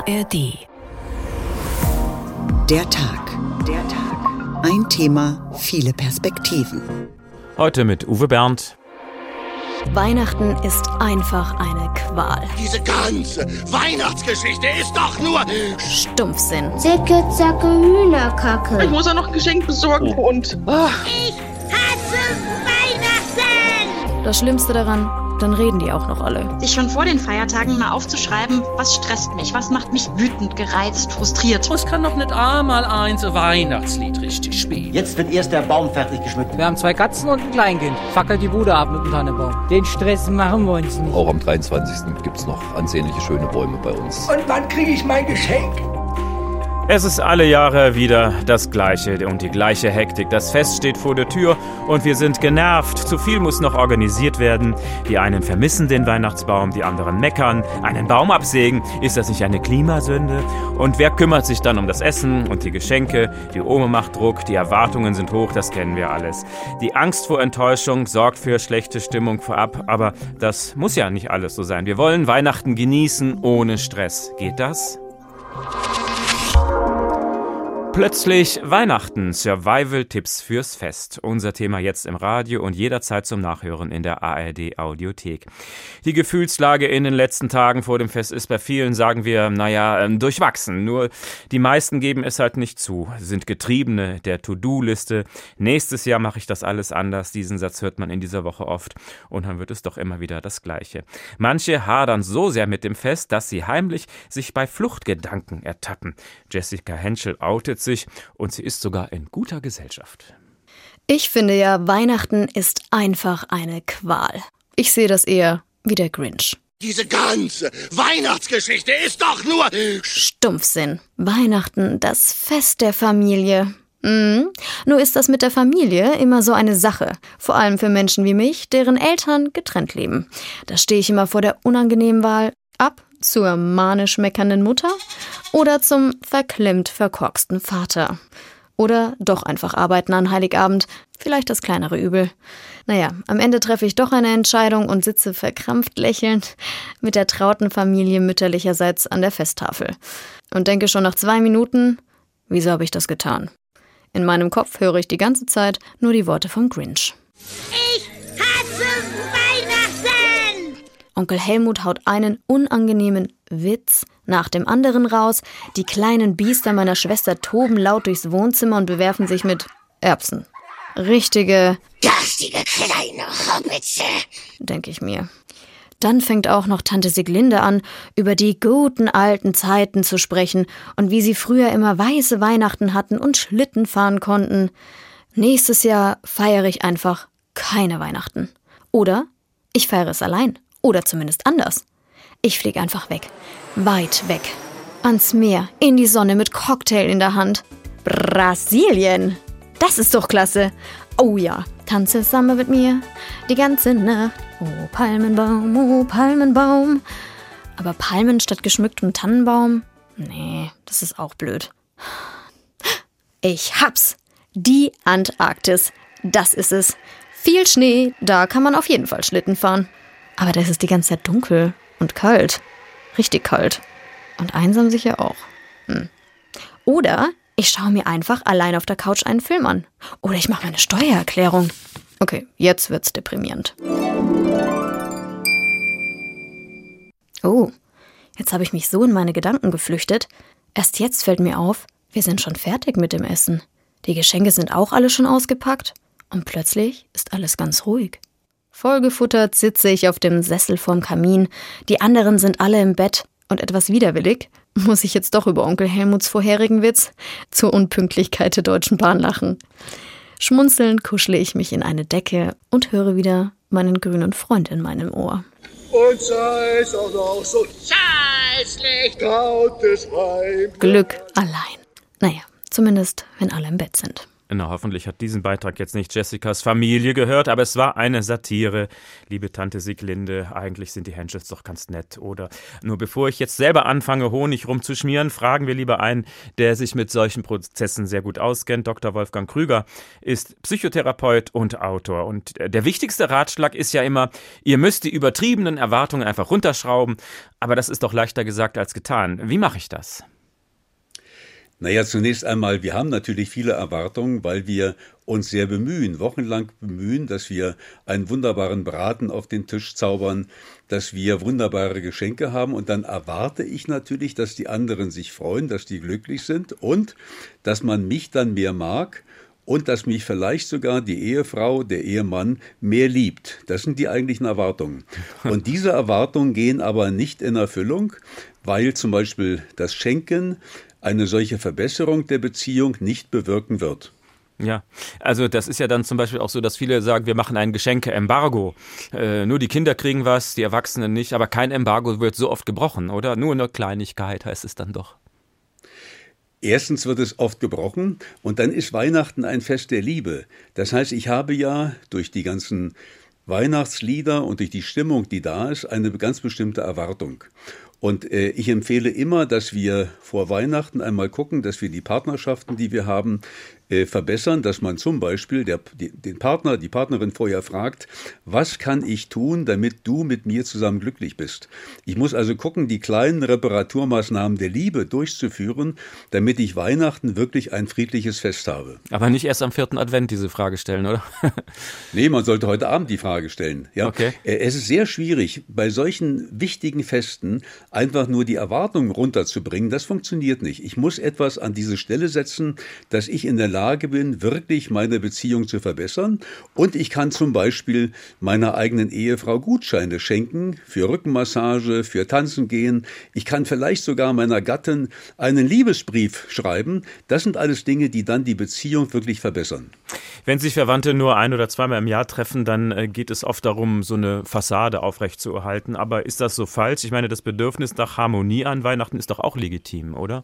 ARD. Der Tag. Der Tag. Ein Thema, viele Perspektiven. Heute mit Uwe Bernd. Weihnachten ist einfach eine Qual. Diese ganze Weihnachtsgeschichte ist doch nur Stumpfsinn. Zicke, zacke, Hühnerkacke. Ich muss ja noch ein Geschenk besorgen und... Ich hasse Weihnachten! Das Schlimmste daran, dann reden die auch noch alle. Sich schon vor den Feiertagen mal aufzuschreiben, was stresst mich, was macht mich wütend, gereizt, frustriert. Es kann doch nicht einmal ein Weihnachtslied richtig spielen. Jetzt wird erst der Baum fertig geschmückt. Wir haben 2 Katzen und ein Kleinkind. Fackelt die Bude ab mit dem Tannenbaum. Den Stress machen wir uns nicht. Auch am 23. gibt es noch ansehnliche schöne Bäume bei uns. Und wann kriege ich mein Geschenk? Es ist alle Jahre wieder das Gleiche und die gleiche Hektik. Das Fest steht vor der Tür und wir sind genervt. Zu viel muss noch organisiert werden. Die einen vermissen den Weihnachtsbaum, die anderen meckern. Einen Baum absägen, ist das nicht eine Klimasünde? Und wer kümmert sich dann um das Essen und die Geschenke? Die Oma macht Druck, die Erwartungen sind hoch, das kennen wir alles. Die Angst vor Enttäuschung sorgt für schlechte Stimmung vorab. Aber das muss ja nicht alles so sein. Wir wollen Weihnachten genießen ohne Stress. Geht das? Plötzlich Weihnachten, Survival-Tipps fürs Fest. Unser Thema jetzt im Radio und jederzeit zum Nachhören in der ARD-Audiothek. Die Gefühlslage in den letzten Tagen vor dem Fest ist bei vielen, sagen wir, durchwachsen. Nur die meisten geben es halt nicht zu, sind Getriebene der To-Do-Liste. Nächstes Jahr mache ich das alles anders. Diesen Satz hört man in dieser Woche oft und dann wird es doch immer wieder das Gleiche. Manche hadern so sehr mit dem Fest, dass sie heimlich sich bei Fluchtgedanken ertappen. Jessica Henschel outet sich und sie ist sogar in guter Gesellschaft. Ich finde ja, Weihnachten ist einfach eine Qual. Ich sehe das eher wie der Grinch. diese ganze Weihnachtsgeschichte ist doch nur Stumpfsinn. Weihnachten, das Fest der Familie. Nur ist das mit der Familie immer so eine Sache. Vor allem für Menschen wie mich, deren Eltern getrennt leben. Da stehe ich immer vor der unangenehmen Wahl, ab zur manisch meckernden Mutter oder zum verklemmt verkorksten Vater. Oder doch einfach arbeiten an Heiligabend, vielleicht das kleinere Übel. Naja, am Ende treffe ich doch eine Entscheidung und sitze verkrampft lächelnd mit der trauten Familie mütterlicherseits an der Festtafel. Und denke schon nach 2 Minuten, wieso habe ich das getan? In meinem Kopf höre ich die ganze Zeit nur die Worte vom Grinch. Ich hasse Weihnachten! Onkel Helmut haut einen unangenehmen Witz nach dem anderen raus. Die kleinen Biester meiner Schwester toben laut durchs Wohnzimmer und bewerfen sich mit Erbsen. Richtige, garstige kleine Hobbitze, denke ich mir. Dann fängt auch noch Tante Sieglinde an, über die guten alten Zeiten zu sprechen und wie sie früher immer weiße Weihnachten hatten und Schlitten fahren konnten. Nächstes Jahr feiere ich einfach keine Weihnachten. Oder ich feiere es allein. Oder zumindest anders. Ich fliege einfach weg. Weit weg. Ans Meer, in die Sonne mit Cocktail in der Hand. Brasilien. Das ist doch klasse. Oh ja, tanze zusammen mit mir die ganze Nacht. Oh Palmenbaum, oh Palmenbaum. Aber Palmen statt geschmücktem Tannenbaum? Nee, das ist auch blöd. Ich hab's. Die Antarktis. Das ist es. Viel Schnee, da kann man auf jeden Fall Schlitten fahren. Aber da ist es die ganze Zeit dunkel und kalt. Richtig kalt. Und einsam sicher auch. Oder ich schaue mir einfach allein auf der Couch einen Film an. Oder ich mache meine Steuererklärung. Okay, jetzt wird's deprimierend. Oh, jetzt habe ich mich so in meine Gedanken geflüchtet. Erst jetzt fällt mir auf, wir sind schon fertig mit dem Essen. Die Geschenke sind auch alle schon ausgepackt. Und plötzlich ist alles ganz ruhig. Vollgefuttert sitze ich auf dem Sessel vorm Kamin. Die anderen sind alle im Bett. Und etwas widerwillig muss ich jetzt doch über Onkel Helmuts vorherigen Witz zur Unpünktlichkeit der Deutschen Bahn lachen. Schmunzelnd kuschle ich mich in eine Decke und höre wieder meinen grünen Freund in meinem Ohr. Und sei es auch noch so scheißlich trautes Heim. Glück allein. Naja, zumindest wenn alle im Bett sind. Na, hoffentlich hat diesen Beitrag jetzt nicht Jessicas Familie gehört, aber es war eine Satire. Liebe Tante Sieglinde, eigentlich sind die Henschels doch ganz nett, oder? Nur bevor ich jetzt selber anfange, Honig rumzuschmieren, fragen wir lieber einen, der sich mit solchen Prozessen sehr gut auskennt. Dr. Wolfgang Krüger ist Psychotherapeut und Autor. Und der wichtigste Ratschlag ist ja immer, ihr müsst die übertriebenen Erwartungen einfach runterschrauben. Aber das ist doch leichter gesagt als getan. Wie mache ich das? Naja, zunächst einmal, wir haben natürlich viele Erwartungen, weil wir uns sehr bemühen, wochenlang bemühen, dass wir einen wunderbaren Braten auf den Tisch zaubern, dass wir wunderbare Geschenke haben. Und dann erwarte ich natürlich, dass die anderen sich freuen, dass die glücklich sind und dass man mich dann mehr mag und dass mich vielleicht sogar die Ehefrau, der Ehemann mehr liebt. Das sind die eigentlichen Erwartungen. Und diese Erwartungen gehen aber nicht in Erfüllung, weil zum Beispiel das Schenken eine solche Verbesserung der Beziehung nicht bewirken wird. Ja, also das ist ja dann zum Beispiel auch so, dass viele sagen, wir machen ein Geschenke-Embargo. Nur die Kinder kriegen was, die Erwachsenen nicht, aber kein Embargo wird so oft gebrochen, oder? Nur eine Kleinigkeit heißt es dann doch. Erstens wird es oft gebrochen und dann ist Weihnachten ein Fest der Liebe. Das heißt, ich habe ja durch die ganzen Weihnachtslieder und durch die Stimmung, die da ist, eine ganz bestimmte Erwartung. Und ich empfehle immer, dass wir vor Weihnachten einmal gucken, dass wir die Partnerschaften, die wir haben, verbessern, dass man zum Beispiel den Partner, die Partnerin vorher fragt, was kann ich tun, damit du mit mir zusammen glücklich bist? Ich muss also gucken, die kleinen Reparaturmaßnahmen der Liebe durchzuführen, damit ich Weihnachten wirklich ein friedliches Fest habe. Aber nicht erst am 4. Advent diese Frage stellen, oder? Nee, man sollte heute Abend die Frage stellen. Ja? Okay. Es ist sehr schwierig, bei solchen wichtigen Festen einfach nur die Erwartungen runterzubringen. Das funktioniert nicht. Ich muss etwas an diese Stelle setzen, dass ich in der Lage bin, wirklich meine Beziehung zu verbessern. Und ich kann zum Beispiel meiner eigenen Ehefrau Gutscheine schenken für Rückenmassage, für Tanzen gehen. Ich kann vielleicht sogar meiner Gattin einen Liebesbrief schreiben. Das sind alles Dinge, die dann die Beziehung wirklich verbessern. Wenn sich Verwandte nur ein- oder zweimal im Jahr treffen, dann geht es oft darum, so eine Fassade aufrechtzuerhalten. Aber ist das so falsch? Ich meine, das Bedürfnis nach Harmonie an Weihnachten ist doch auch legitim, oder?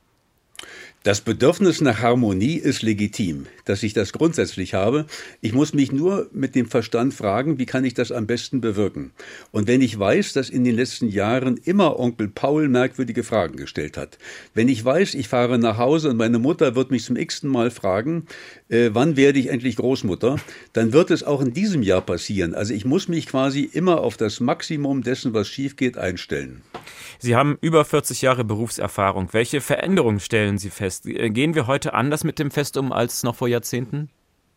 Das Bedürfnis nach Harmonie ist legitim, dass ich das grundsätzlich habe. Ich muss mich nur mit dem Verstand fragen, wie kann ich das am besten bewirken? Und wenn ich weiß, dass in den letzten Jahren immer Onkel Paul merkwürdige Fragen gestellt hat, wenn ich weiß, ich fahre nach Hause und meine Mutter wird mich zum x-ten Mal fragen, wann werde ich endlich Großmutter, dann wird es auch in diesem Jahr passieren. Also ich muss mich quasi immer auf das Maximum dessen, was schief geht, einstellen. Sie haben über 40 Jahre Berufserfahrung. Welche Veränderungen stellen Sie fest? Gehen wir heute anders mit dem Fest um als noch vor Jahrzehnten?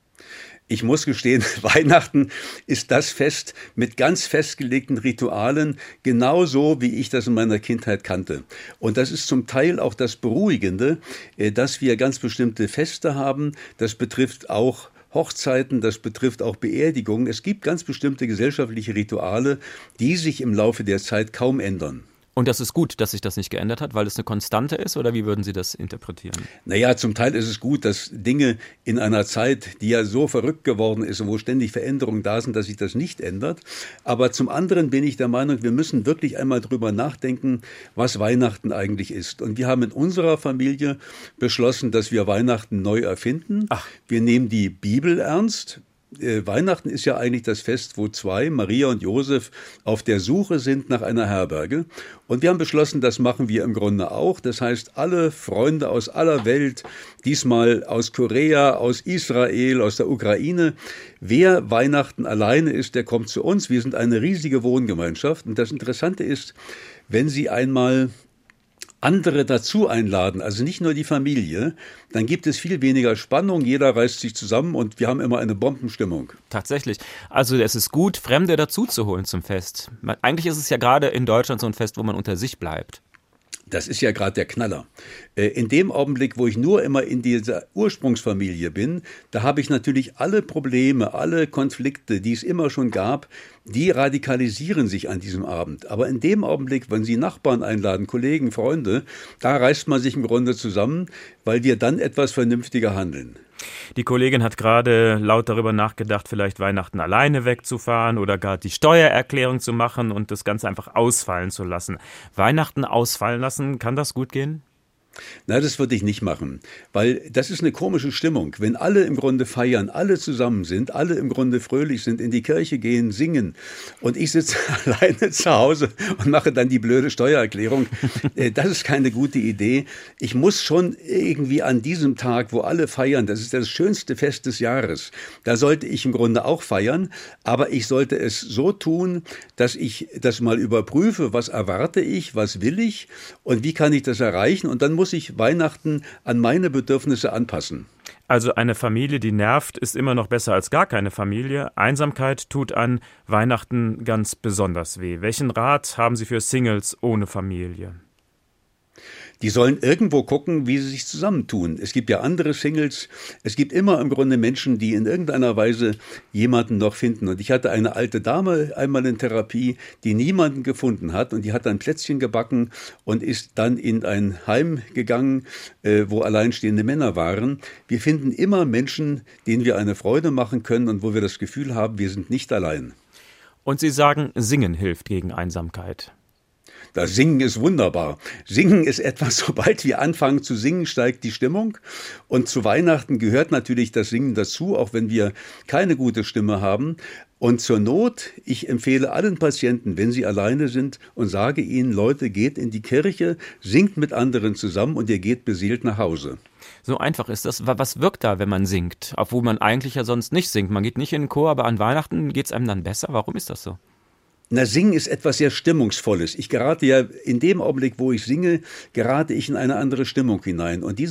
Ich muss gestehen, Weihnachten ist das Fest mit ganz festgelegten Ritualen, genauso wie ich das in meiner Kindheit kannte. Und das ist zum Teil auch das Beruhigende, dass wir ganz bestimmte Feste haben. Das betrifft auch Hochzeiten, das betrifft auch Beerdigungen. Es gibt ganz bestimmte gesellschaftliche Rituale, die sich im Laufe der Zeit kaum ändern. Und das ist gut, dass sich das nicht geändert hat, weil es eine Konstante ist, oder wie würden Sie das interpretieren? Naja, zum Teil ist es gut, dass Dinge in einer Zeit, die ja so verrückt geworden ist und wo ständig Veränderungen da sind, dass sich das nicht ändert. Aber zum anderen bin ich der Meinung, wir müssen wirklich einmal drüber nachdenken, was Weihnachten eigentlich ist. Und wir haben in unserer Familie beschlossen, dass wir Weihnachten neu erfinden. Wir nehmen die Bibel ernst. Weihnachten ist ja eigentlich das Fest, wo zwei, Maria und Josef, auf der Suche sind nach einer Herberge. Und wir haben beschlossen, das machen wir im Grunde auch. Das heißt, alle Freunde aus aller Welt, diesmal aus Korea, aus Israel, aus der Ukraine, wer Weihnachten alleine ist, der kommt zu uns. Wir sind eine riesige Wohngemeinschaft. Und das Interessante ist, wenn Sie einmal andere dazu einladen, also nicht nur die Familie, dann gibt es viel weniger Spannung, jeder reißt sich zusammen und wir haben immer eine Bombenstimmung. Tatsächlich. Also es ist gut, Fremde dazu zu holen zum Fest. Eigentlich ist es ja gerade in Deutschland so ein Fest, wo man unter sich bleibt. Das ist ja gerade der Knaller. In dem Augenblick, wo ich nur immer in dieser Ursprungsfamilie bin, da habe ich natürlich alle Probleme, alle Konflikte, die es immer schon gab, die radikalisieren sich an diesem Abend. Aber in dem Augenblick, wenn Sie Nachbarn einladen, Kollegen, Freunde, da reißt man sich im Grunde zusammen, weil wir dann etwas vernünftiger handeln. Die Kollegin hat gerade laut darüber nachgedacht, vielleicht Weihnachten alleine wegzufahren oder gar die Steuererklärung zu machen und das Ganze einfach ausfallen zu lassen. Weihnachten ausfallen lassen, kann das gut gehen? Na, das würde ich nicht machen, weil das ist eine komische Stimmung. Wenn alle im Grunde feiern, alle zusammen sind, alle im Grunde fröhlich sind, in die Kirche gehen, singen und ich sitze alleine zu Hause und mache dann die blöde Steuererklärung, das ist keine gute Idee. Ich muss schon irgendwie an diesem Tag, wo alle feiern, das ist das schönste Fest des Jahres, da sollte ich im Grunde auch feiern, aber ich sollte es so tun, dass ich das mal überprüfe, was erwarte ich, was will ich und wie kann ich das erreichen, und dann muss ich Weihnachten an meine Bedürfnisse anpassen. Also eine Familie, die nervt, ist immer noch besser als gar keine Familie. Einsamkeit tut an Weihnachten ganz besonders weh. Welchen Rat haben Sie für Singles ohne Familie? Die sollen irgendwo gucken, wie sie sich zusammentun. Es gibt ja andere Singles. Es gibt immer im Grunde Menschen, die in irgendeiner Weise jemanden noch finden. Und ich hatte eine alte Dame einmal in Therapie, die niemanden gefunden hat. Und die hat dann Plätzchen gebacken und ist dann in ein Heim gegangen, wo alleinstehende Männer waren. Wir finden immer Menschen, denen wir eine Freude machen können und wo wir das Gefühl haben, wir sind nicht allein. Und Sie sagen, Singen hilft gegen Einsamkeit. Das Singen ist wunderbar. Singen ist etwas, sobald wir anfangen zu singen, steigt die Stimmung. Und zu Weihnachten gehört natürlich das Singen dazu, auch wenn wir keine gute Stimme haben. Und zur Not, ich empfehle allen Patienten, wenn sie alleine sind und sage ihnen, Leute, geht in die Kirche, singt mit anderen zusammen und ihr geht beseelt nach Hause. So einfach ist das. Was wirkt da, wenn man singt? Obwohl man eigentlich ja sonst nicht singt. Man geht nicht in den Chor, aber an Weihnachten geht es einem dann besser. Warum ist das so? Na, Singen ist etwas sehr Stimmungsvolles. Ich gerate ja in dem Augenblick, wo ich singe, gerate ich in eine andere Stimmung hinein. Und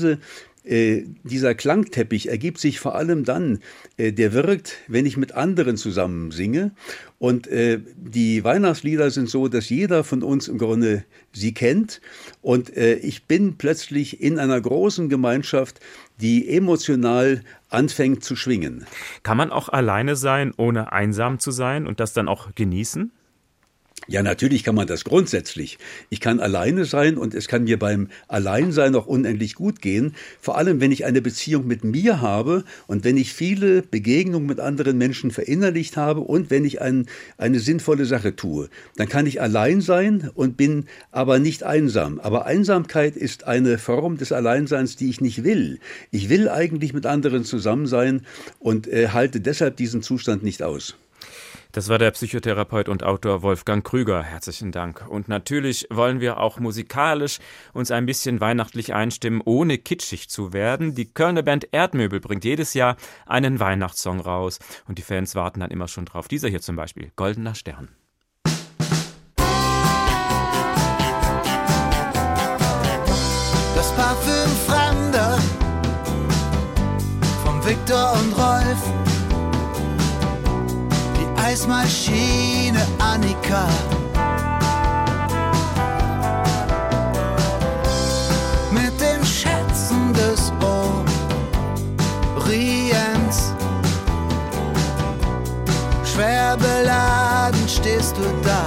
dieser Klangteppich ergibt sich vor allem dann, der wirkt, wenn ich mit anderen zusammen singe. Und die Weihnachtslieder sind so, dass jeder von uns im Grunde sie kennt. Und ich bin plötzlich in einer großen Gemeinschaft, die emotional anfängt zu schwingen. Kann man auch alleine sein, ohne einsam zu sein und das dann auch genießen? Ja, natürlich kann man das grundsätzlich. Ich kann alleine sein und es kann mir beim Alleinsein auch unendlich gut gehen. Vor allem, wenn ich eine Beziehung mit mir habe und wenn ich viele Begegnungen mit anderen Menschen verinnerlicht habe und wenn ich eine sinnvolle Sache tue. Dann kann ich allein sein und bin aber nicht einsam. Aber Einsamkeit ist eine Form des Alleinseins, die ich nicht will. Ich will eigentlich mit anderen zusammen sein und halte deshalb diesen Zustand nicht aus. Das war der Psychotherapeut und Autor Wolfgang Krüger. Herzlichen Dank. Und natürlich wollen wir auch musikalisch uns ein bisschen weihnachtlich einstimmen, ohne kitschig zu werden. Die Kölner Band Erdmöbel bringt jedes Jahr einen Weihnachtssong raus. Und die Fans warten dann immer schon drauf. Dieser hier zum Beispiel, Goldener Stern. Das Parfüm Fremder vom Viktor und Rolf. Eismaschine Annika. Mit den Schätzen des Orients. Schwer beladen stehst du da.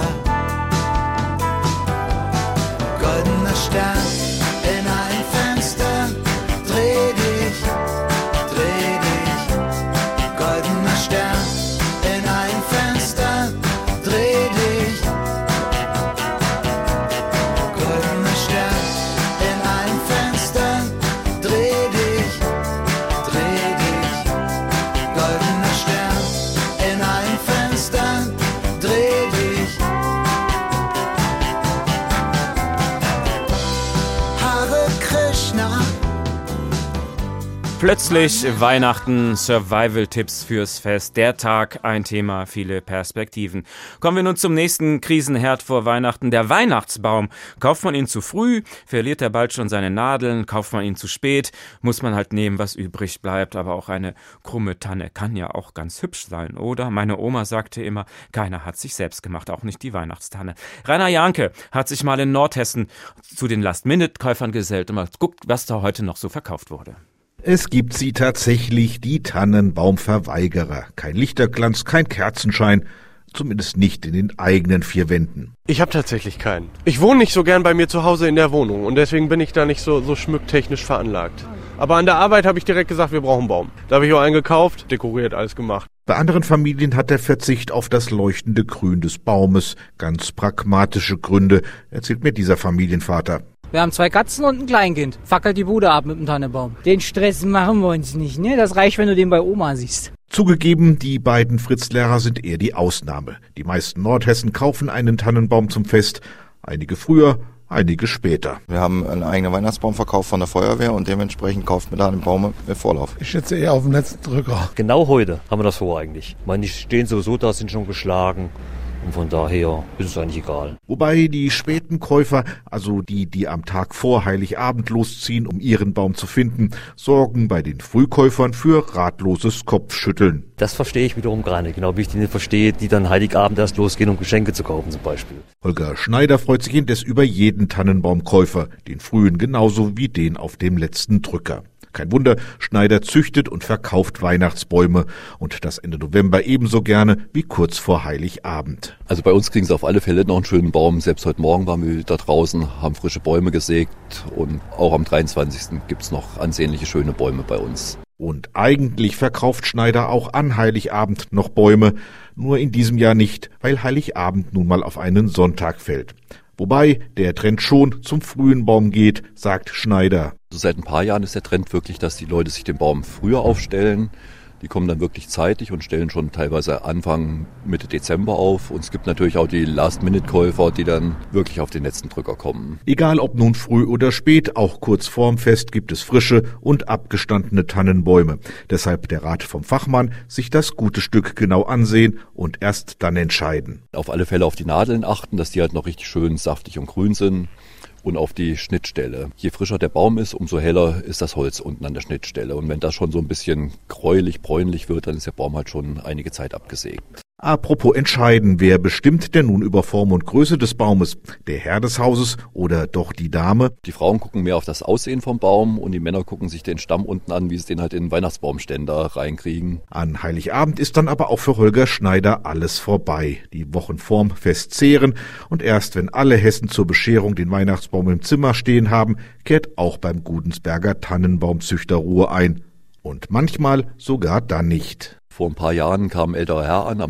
Goldener Stern in ein Fenster. Dreh dich, dreh dich. Goldener Stern. Plötzlich Weihnachten, Survival-Tipps fürs Fest. Der Tag, ein Thema, viele Perspektiven. Kommen wir nun zum nächsten Krisenherd vor Weihnachten. Der Weihnachtsbaum. Kauft man ihn zu früh, verliert er bald schon seine Nadeln. Kauft man ihn zu spät, muss man halt nehmen, was übrig bleibt. Aber auch eine krumme Tanne kann ja auch ganz hübsch sein, oder? Meine Oma sagte immer, keiner hat sich selbst gemacht, auch nicht die Weihnachtstanne. Rainer Janke hat sich mal in Nordhessen zu den Last-Minute-Käufern gesellt und mal guckt, was da heute noch so verkauft wurde. Es gibt sie tatsächlich, die Tannenbaumverweigerer. Kein Lichterglanz, kein Kerzenschein, zumindest nicht in den eigenen vier Wänden. Ich habe tatsächlich keinen. Ich wohne nicht so gern bei mir zu Hause in der Wohnung und deswegen bin ich da nicht so schmücktechnisch veranlagt. Aber an der Arbeit habe ich direkt gesagt, wir brauchen einen Baum. Da habe ich auch einen gekauft, dekoriert, alles gemacht. Bei anderen Familien hat der Verzicht auf das leuchtende Grün des Baumes ganz pragmatische Gründe, erzählt mir dieser Familienvater. Wir haben 2 Katzen und ein Kleinkind. Fackelt die Bude ab mit dem Tannenbaum. Den Stress machen wir uns nicht, ne? Das reicht, wenn du den bei Oma siehst. Zugegeben, die beiden Fritz-Lehrer sind eher die Ausnahme. Die meisten Nordhessen kaufen einen Tannenbaum zum Fest. Einige früher, einige später. Wir haben einen eigenen Weihnachtsbaumverkauf von der Feuerwehr und dementsprechend kauft man da einen Baum mit Vorlauf. Ich schätze eher auf den letzten Drücker. Genau heute haben wir das vor eigentlich. Ich meine, die stehen sowieso da, sind schon geschlagen. Und von daher ist es eigentlich egal. Wobei die späten Käufer, also die am Tag vor Heiligabend losziehen, um ihren Baum zu finden, sorgen bei den Frühkäufern für ratloses Kopfschütteln. Das verstehe ich wiederum gar nicht. Genau wie ich die nicht verstehe, die dann Heiligabend erst losgehen, um Geschenke zu kaufen zum Beispiel. Holger Schneider freut sich indes über jeden Tannenbaumkäufer, den frühen genauso wie den auf dem letzten Drücker. Kein Wunder, Schneider züchtet und verkauft Weihnachtsbäume und das Ende November ebenso gerne wie kurz vor Heiligabend. Also bei uns kriegen sie auf alle Fälle noch einen schönen Baum. Selbst heute Morgen waren wir da draußen, haben frische Bäume gesägt und auch am 23. gibt's noch ansehnliche schöne Bäume bei uns. Und eigentlich verkauft Schneider auch an Heiligabend noch Bäume, nur in diesem Jahr nicht, weil Heiligabend nun mal auf einen Sonntag fällt. Wobei der Trend schon zum frühen Baum geht, sagt Schneider. Also seit ein paar Jahren ist der Trend wirklich, dass die Leute sich den Baum früher aufstellen. Die kommen dann wirklich zeitig und stellen schon teilweise Anfang, Mitte Dezember auf. Und es gibt natürlich auch die Last-Minute-Käufer, die dann wirklich auf den letzten Drücker kommen. Egal ob nun früh oder spät, auch kurz vorm Fest gibt es frische und abgestandene Tannenbäume. Deshalb der Rat vom Fachmann, sich das gute Stück genau ansehen und erst dann entscheiden. Auf alle Fälle auf die Nadeln achten, dass die halt noch richtig schön saftig und grün sind. Und auf die Schnittstelle. Je frischer der Baum ist, umso heller ist das Holz unten an der Schnittstelle. Und wenn das schon so ein bisschen gräulich, bräunlich wird, dann ist der Baum halt schon einige Zeit abgesägt. Apropos entscheiden, wer bestimmt denn nun über Form und Größe des Baumes? Der Herr des Hauses oder doch die Dame? Die Frauen gucken mehr auf das Aussehen vom Baum und die Männer gucken sich den Stamm unten an, wie sie den halt in den Weihnachtsbaumständer reinkriegen. An Heiligabend ist dann aber auch für Holger Schneider alles vorbei. Die Wochen vorm Fest zehren und erst wenn alle Hessen zur Bescherung den Weihnachtsbaum im Zimmer stehen haben, kehrt auch beim Gudensberger Tannenbaumzüchter Ruhe ein. Und manchmal sogar dann nicht. Vor ein paar Jahren kam ein älterer Herr an, am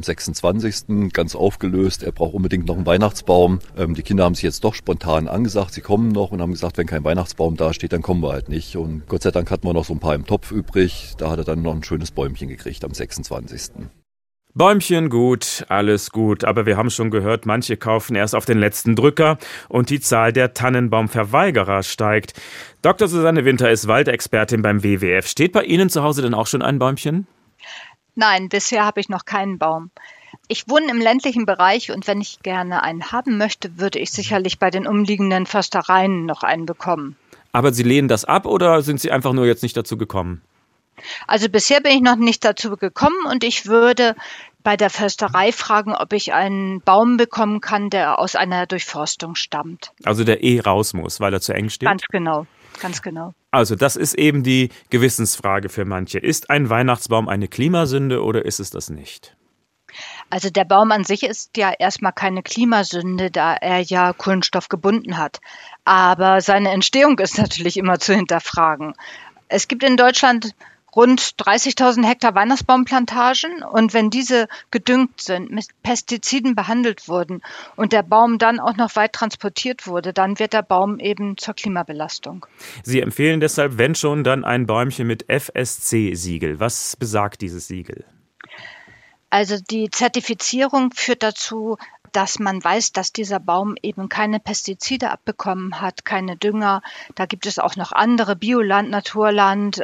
26. ganz aufgelöst, er braucht unbedingt noch einen Weihnachtsbaum. Die Kinder haben sich jetzt doch spontan angesagt, sie kommen noch und haben gesagt, wenn kein Weihnachtsbaum da steht, dann kommen wir halt nicht. Und Gott sei Dank hatten wir noch so ein paar im Topf übrig, da hat er dann noch ein schönes Bäumchen gekriegt am 26. Bäumchen gut, alles gut, aber wir haben schon gehört, manche kaufen erst auf den letzten Drücker und die Zahl der Tannenbaumverweigerer steigt. Dr. Susanne Winter ist Waldexpertin beim WWF. Steht bei Ihnen zu Hause denn auch schon ein Bäumchen? Nein, bisher habe ich noch keinen Baum. Ich wohne im ländlichen Bereich und wenn ich gerne einen haben möchte, würde ich sicherlich bei den umliegenden Förstereien noch einen bekommen. Aber Sie lehnen das ab oder sind Sie einfach nur jetzt nicht dazu gekommen? Also bisher bin ich noch nicht dazu gekommen und ich würde bei der Försterei fragen, ob ich einen Baum bekommen kann, der aus einer Durchforstung stammt. Also der raus muss, weil er zu eng steht? Ganz genau, ganz genau. Also das ist eben die Gewissensfrage für manche. Ist ein Weihnachtsbaum eine Klimasünde oder ist es das nicht? Also der Baum an sich ist ja erstmal keine Klimasünde, da er ja Kohlenstoff gebunden hat. Aber seine Entstehung ist natürlich immer zu hinterfragen. Es gibt in Deutschland rund 30.000 Hektar Weihnachtsbaumplantagen und wenn diese gedüngt sind, mit Pestiziden behandelt wurden und der Baum dann auch noch weit transportiert wurde, dann wird der Baum eben zur Klimabelastung. Sie empfehlen deshalb, wenn schon, dann ein Bäumchen mit FSC-Siegel. Was besagt dieses Siegel? Also die Zertifizierung führt dazu, dass man weiß, dass dieser Baum eben keine Pestizide abbekommen hat, keine Dünger. Da gibt es auch noch andere, Bioland, Naturland,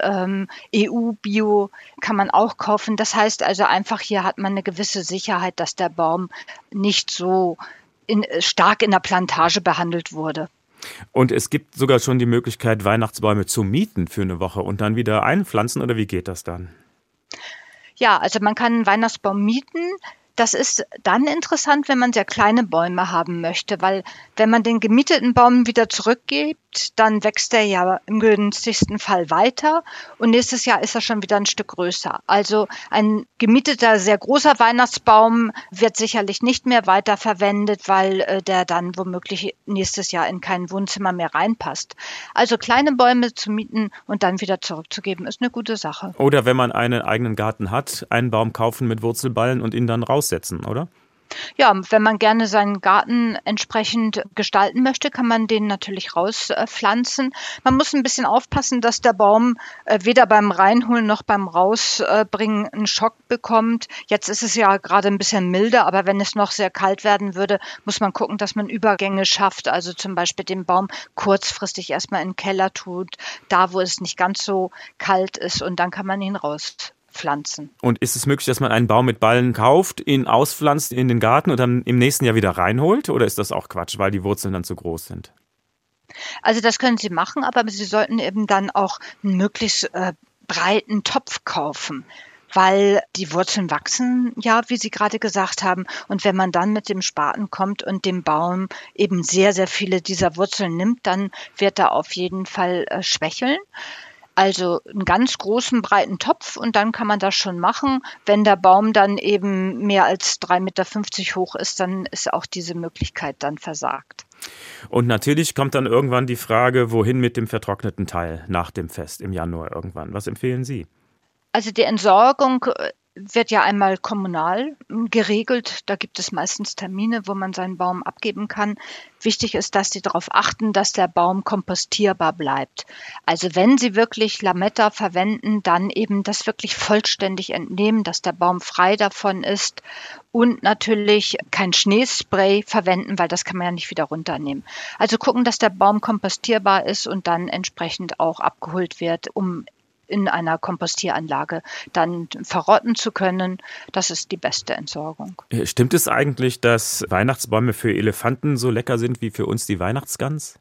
EU-Bio kann man auch kaufen. Das heißt also einfach, hier hat man eine gewisse Sicherheit, dass der Baum nicht so stark in der Plantage behandelt wurde. Und es gibt sogar schon die Möglichkeit, Weihnachtsbäume zu mieten für eine Woche und dann wieder einpflanzen, oder wie geht das dann? Ja, also man kann einen Weihnachtsbaum mieten. Das ist dann interessant, wenn man sehr kleine Bäume haben möchte, weil wenn man den gemieteten Baum wieder zurückgibt, dann wächst er ja im günstigsten Fall weiter und nächstes Jahr ist er schon wieder ein Stück größer. Also ein gemieteter, sehr großer Weihnachtsbaum wird sicherlich nicht mehr weiterverwendet, weil der dann womöglich nächstes Jahr in kein Wohnzimmer mehr reinpasst. Also kleine Bäume zu mieten und dann wieder zurückzugeben, ist eine gute Sache. Oder wenn man einen eigenen Garten hat, einen Baum kaufen mit Wurzelballen und ihn dann raussetzen, oder? Ja, wenn man gerne seinen Garten entsprechend gestalten möchte, kann man den natürlich rauspflanzen. Man muss ein bisschen aufpassen, dass der Baum weder beim Reinholen noch beim Rausbringen einen Schock bekommt. Jetzt ist es ja gerade ein bisschen milder, aber wenn es noch sehr kalt werden würde, muss man gucken, dass man Übergänge schafft. Also zum Beispiel den Baum kurzfristig erstmal in den Keller tut, da wo es nicht ganz so kalt ist, und dann kann man ihn rauspflanzen. Und ist es möglich, dass man einen Baum mit Ballen kauft, ihn auspflanzt in den Garten und dann im nächsten Jahr wieder reinholt? Oder ist das auch Quatsch, weil die Wurzeln dann zu groß sind? Also das können Sie machen, aber Sie sollten eben dann auch einen möglichst breiten Topf kaufen, weil die Wurzeln wachsen, ja, wie Sie gerade gesagt haben. Und wenn man dann mit dem Spaten kommt und dem Baum eben sehr, sehr viele dieser Wurzeln nimmt, dann wird er auf jeden Fall schwächeln. Also einen ganz großen, breiten Topf, und dann kann man das schon machen. Wenn der Baum dann eben mehr als 3,50 Meter hoch ist, dann ist auch diese Möglichkeit dann versagt. Und natürlich kommt dann irgendwann die Frage, wohin mit dem vertrockneten Teil nach dem Fest im Januar irgendwann. Was empfehlen Sie? Also die Entsorgung wird ja einmal kommunal geregelt. Da gibt es meistens Termine, wo man seinen Baum abgeben kann. Wichtig ist, dass Sie darauf achten, dass der Baum kompostierbar bleibt. Also wenn Sie wirklich Lametta verwenden, dann eben das wirklich vollständig entnehmen, dass der Baum frei davon ist, und natürlich kein Schneespray verwenden, weil das kann man ja nicht wieder runternehmen. Also gucken, dass der Baum kompostierbar ist und dann entsprechend auch abgeholt wird, um in einer Kompostieranlage dann verrotten zu können. Das ist die beste Entsorgung. Stimmt es eigentlich, dass Weihnachtsbäume für Elefanten so lecker sind wie für uns die Weihnachtsgans?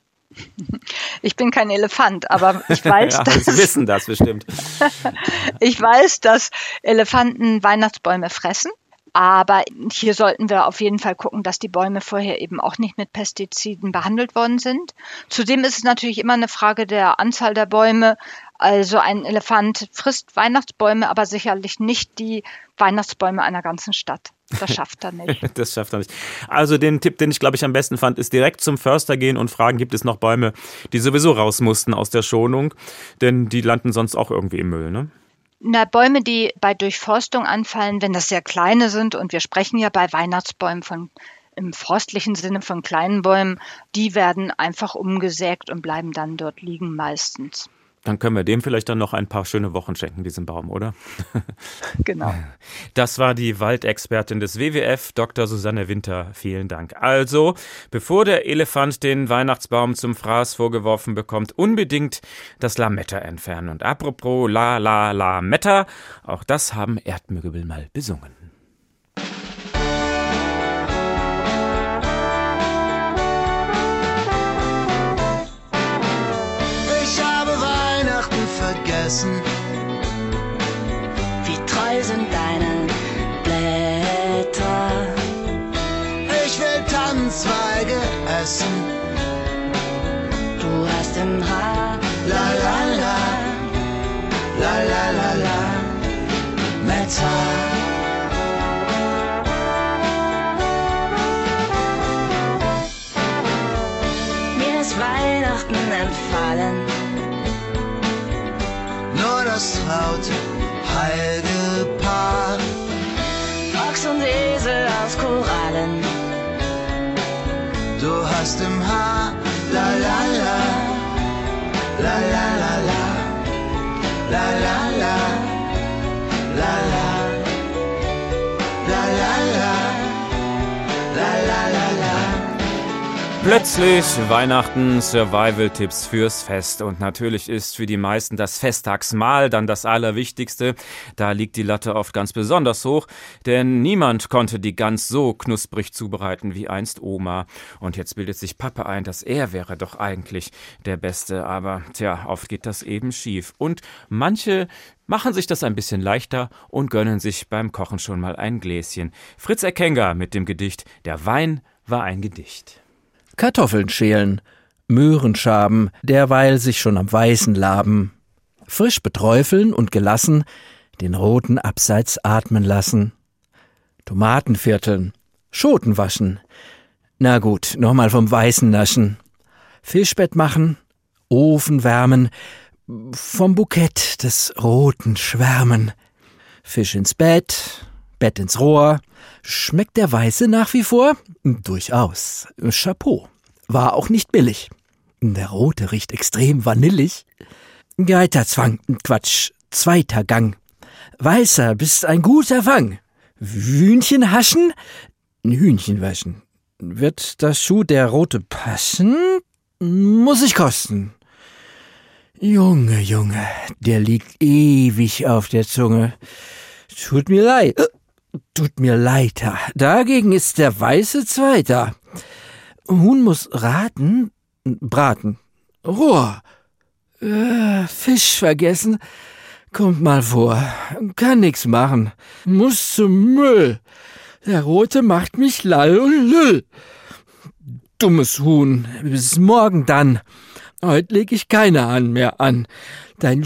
Ich bin kein Elefant, aber ich weiß, ja, Sie wissen das bestimmt. Ich weiß, dass Elefanten Weihnachtsbäume fressen. Aber hier sollten wir auf jeden Fall gucken, dass die Bäume vorher eben auch nicht mit Pestiziden behandelt worden sind. Zudem ist es natürlich immer eine Frage der Anzahl der Bäume. Also ein Elefant frisst Weihnachtsbäume, aber sicherlich nicht die Weihnachtsbäume einer ganzen Stadt. Das schafft er nicht. Das schafft er nicht. Also den Tipp, den ich, glaube ich, am besten fand, ist direkt zum Förster gehen und fragen, gibt es noch Bäume, die sowieso raus mussten aus der Schonung? Denn die landen sonst auch irgendwie im Müll, ne? Na, Bäume, die bei Durchforstung anfallen, wenn das sehr kleine sind, und wir sprechen ja bei Weihnachtsbäumen im forstlichen Sinne von kleinen Bäumen, die werden einfach umgesägt und bleiben dann dort liegen meistens. Dann können wir dem vielleicht dann noch ein paar schöne Wochen schenken, diesem Baum, oder? Genau. Das war die Waldexpertin des WWF, Dr. Susanne Winter. Vielen Dank. Also, bevor der Elefant den Weihnachtsbaum zum Fraß vorgeworfen bekommt, unbedingt das Lametta entfernen. Und apropos Lametta, auch das haben Erdmöbel mal besungen. Wie treu sind deine Blätter? Ich will Tannenzweige essen. Du hast im Haar La la la, la la la la, Metta. Mir ist Weihnachten entfallen. Nur das traute Heidepaar. Ochs und Esel aus Korallen. Du hast im Haar la la la, la la la la, la la la, la la, la la la, la la la la. Plötzlich Weihnachten, Survival-Tipps fürs Fest. Und natürlich ist für die meisten das Festtagsmahl dann das Allerwichtigste. Da liegt die Latte oft ganz besonders hoch, denn niemand konnte die Gans so knusprig zubereiten wie einst Oma. Und jetzt bildet sich Papa ein, dass er wäre doch eigentlich der Beste. Aber tja, oft geht das eben schief. Und manche machen sich das ein bisschen leichter und gönnen sich beim Kochen schon mal ein Gläschen. Fritz Erkenga mit dem Gedicht »Der Wein war ein Gedicht«. Kartoffeln schälen, Möhren schaben, derweil sich schon am Weißen laben, frisch beträufeln und gelassen, den roten Abseits atmen lassen, Tomaten vierteln, Schoten waschen, na gut, nochmal vom Weißen naschen, Fischbett machen, Ofen wärmen, vom Bukett des Roten schwärmen, Fisch ins Bett, Bett ins Rohr. Schmeckt der Weiße nach wie vor? Durchaus. Chapeau. War auch nicht billig. Der Rote riecht extrem vanillig. Geiterzwang, Quatsch, 2. Gang. Weißer, bist ein guter Fang. Hühnchen haschen? Hühnchen waschen. Wird das Schuh der Rote passen? Muss ich kosten. Junge, der liegt ewig auf der Zunge. Tut mir leid. Dagegen ist der Weiße 2. Huhn muss braten. Rohr. Fisch vergessen. Kommt mal vor. Kann nix machen. Muss zum Müll. Der Rote macht mich lall und lüll. Dummes Huhn. Bis morgen dann. Heut leg ich keine Hand mehr an. Dein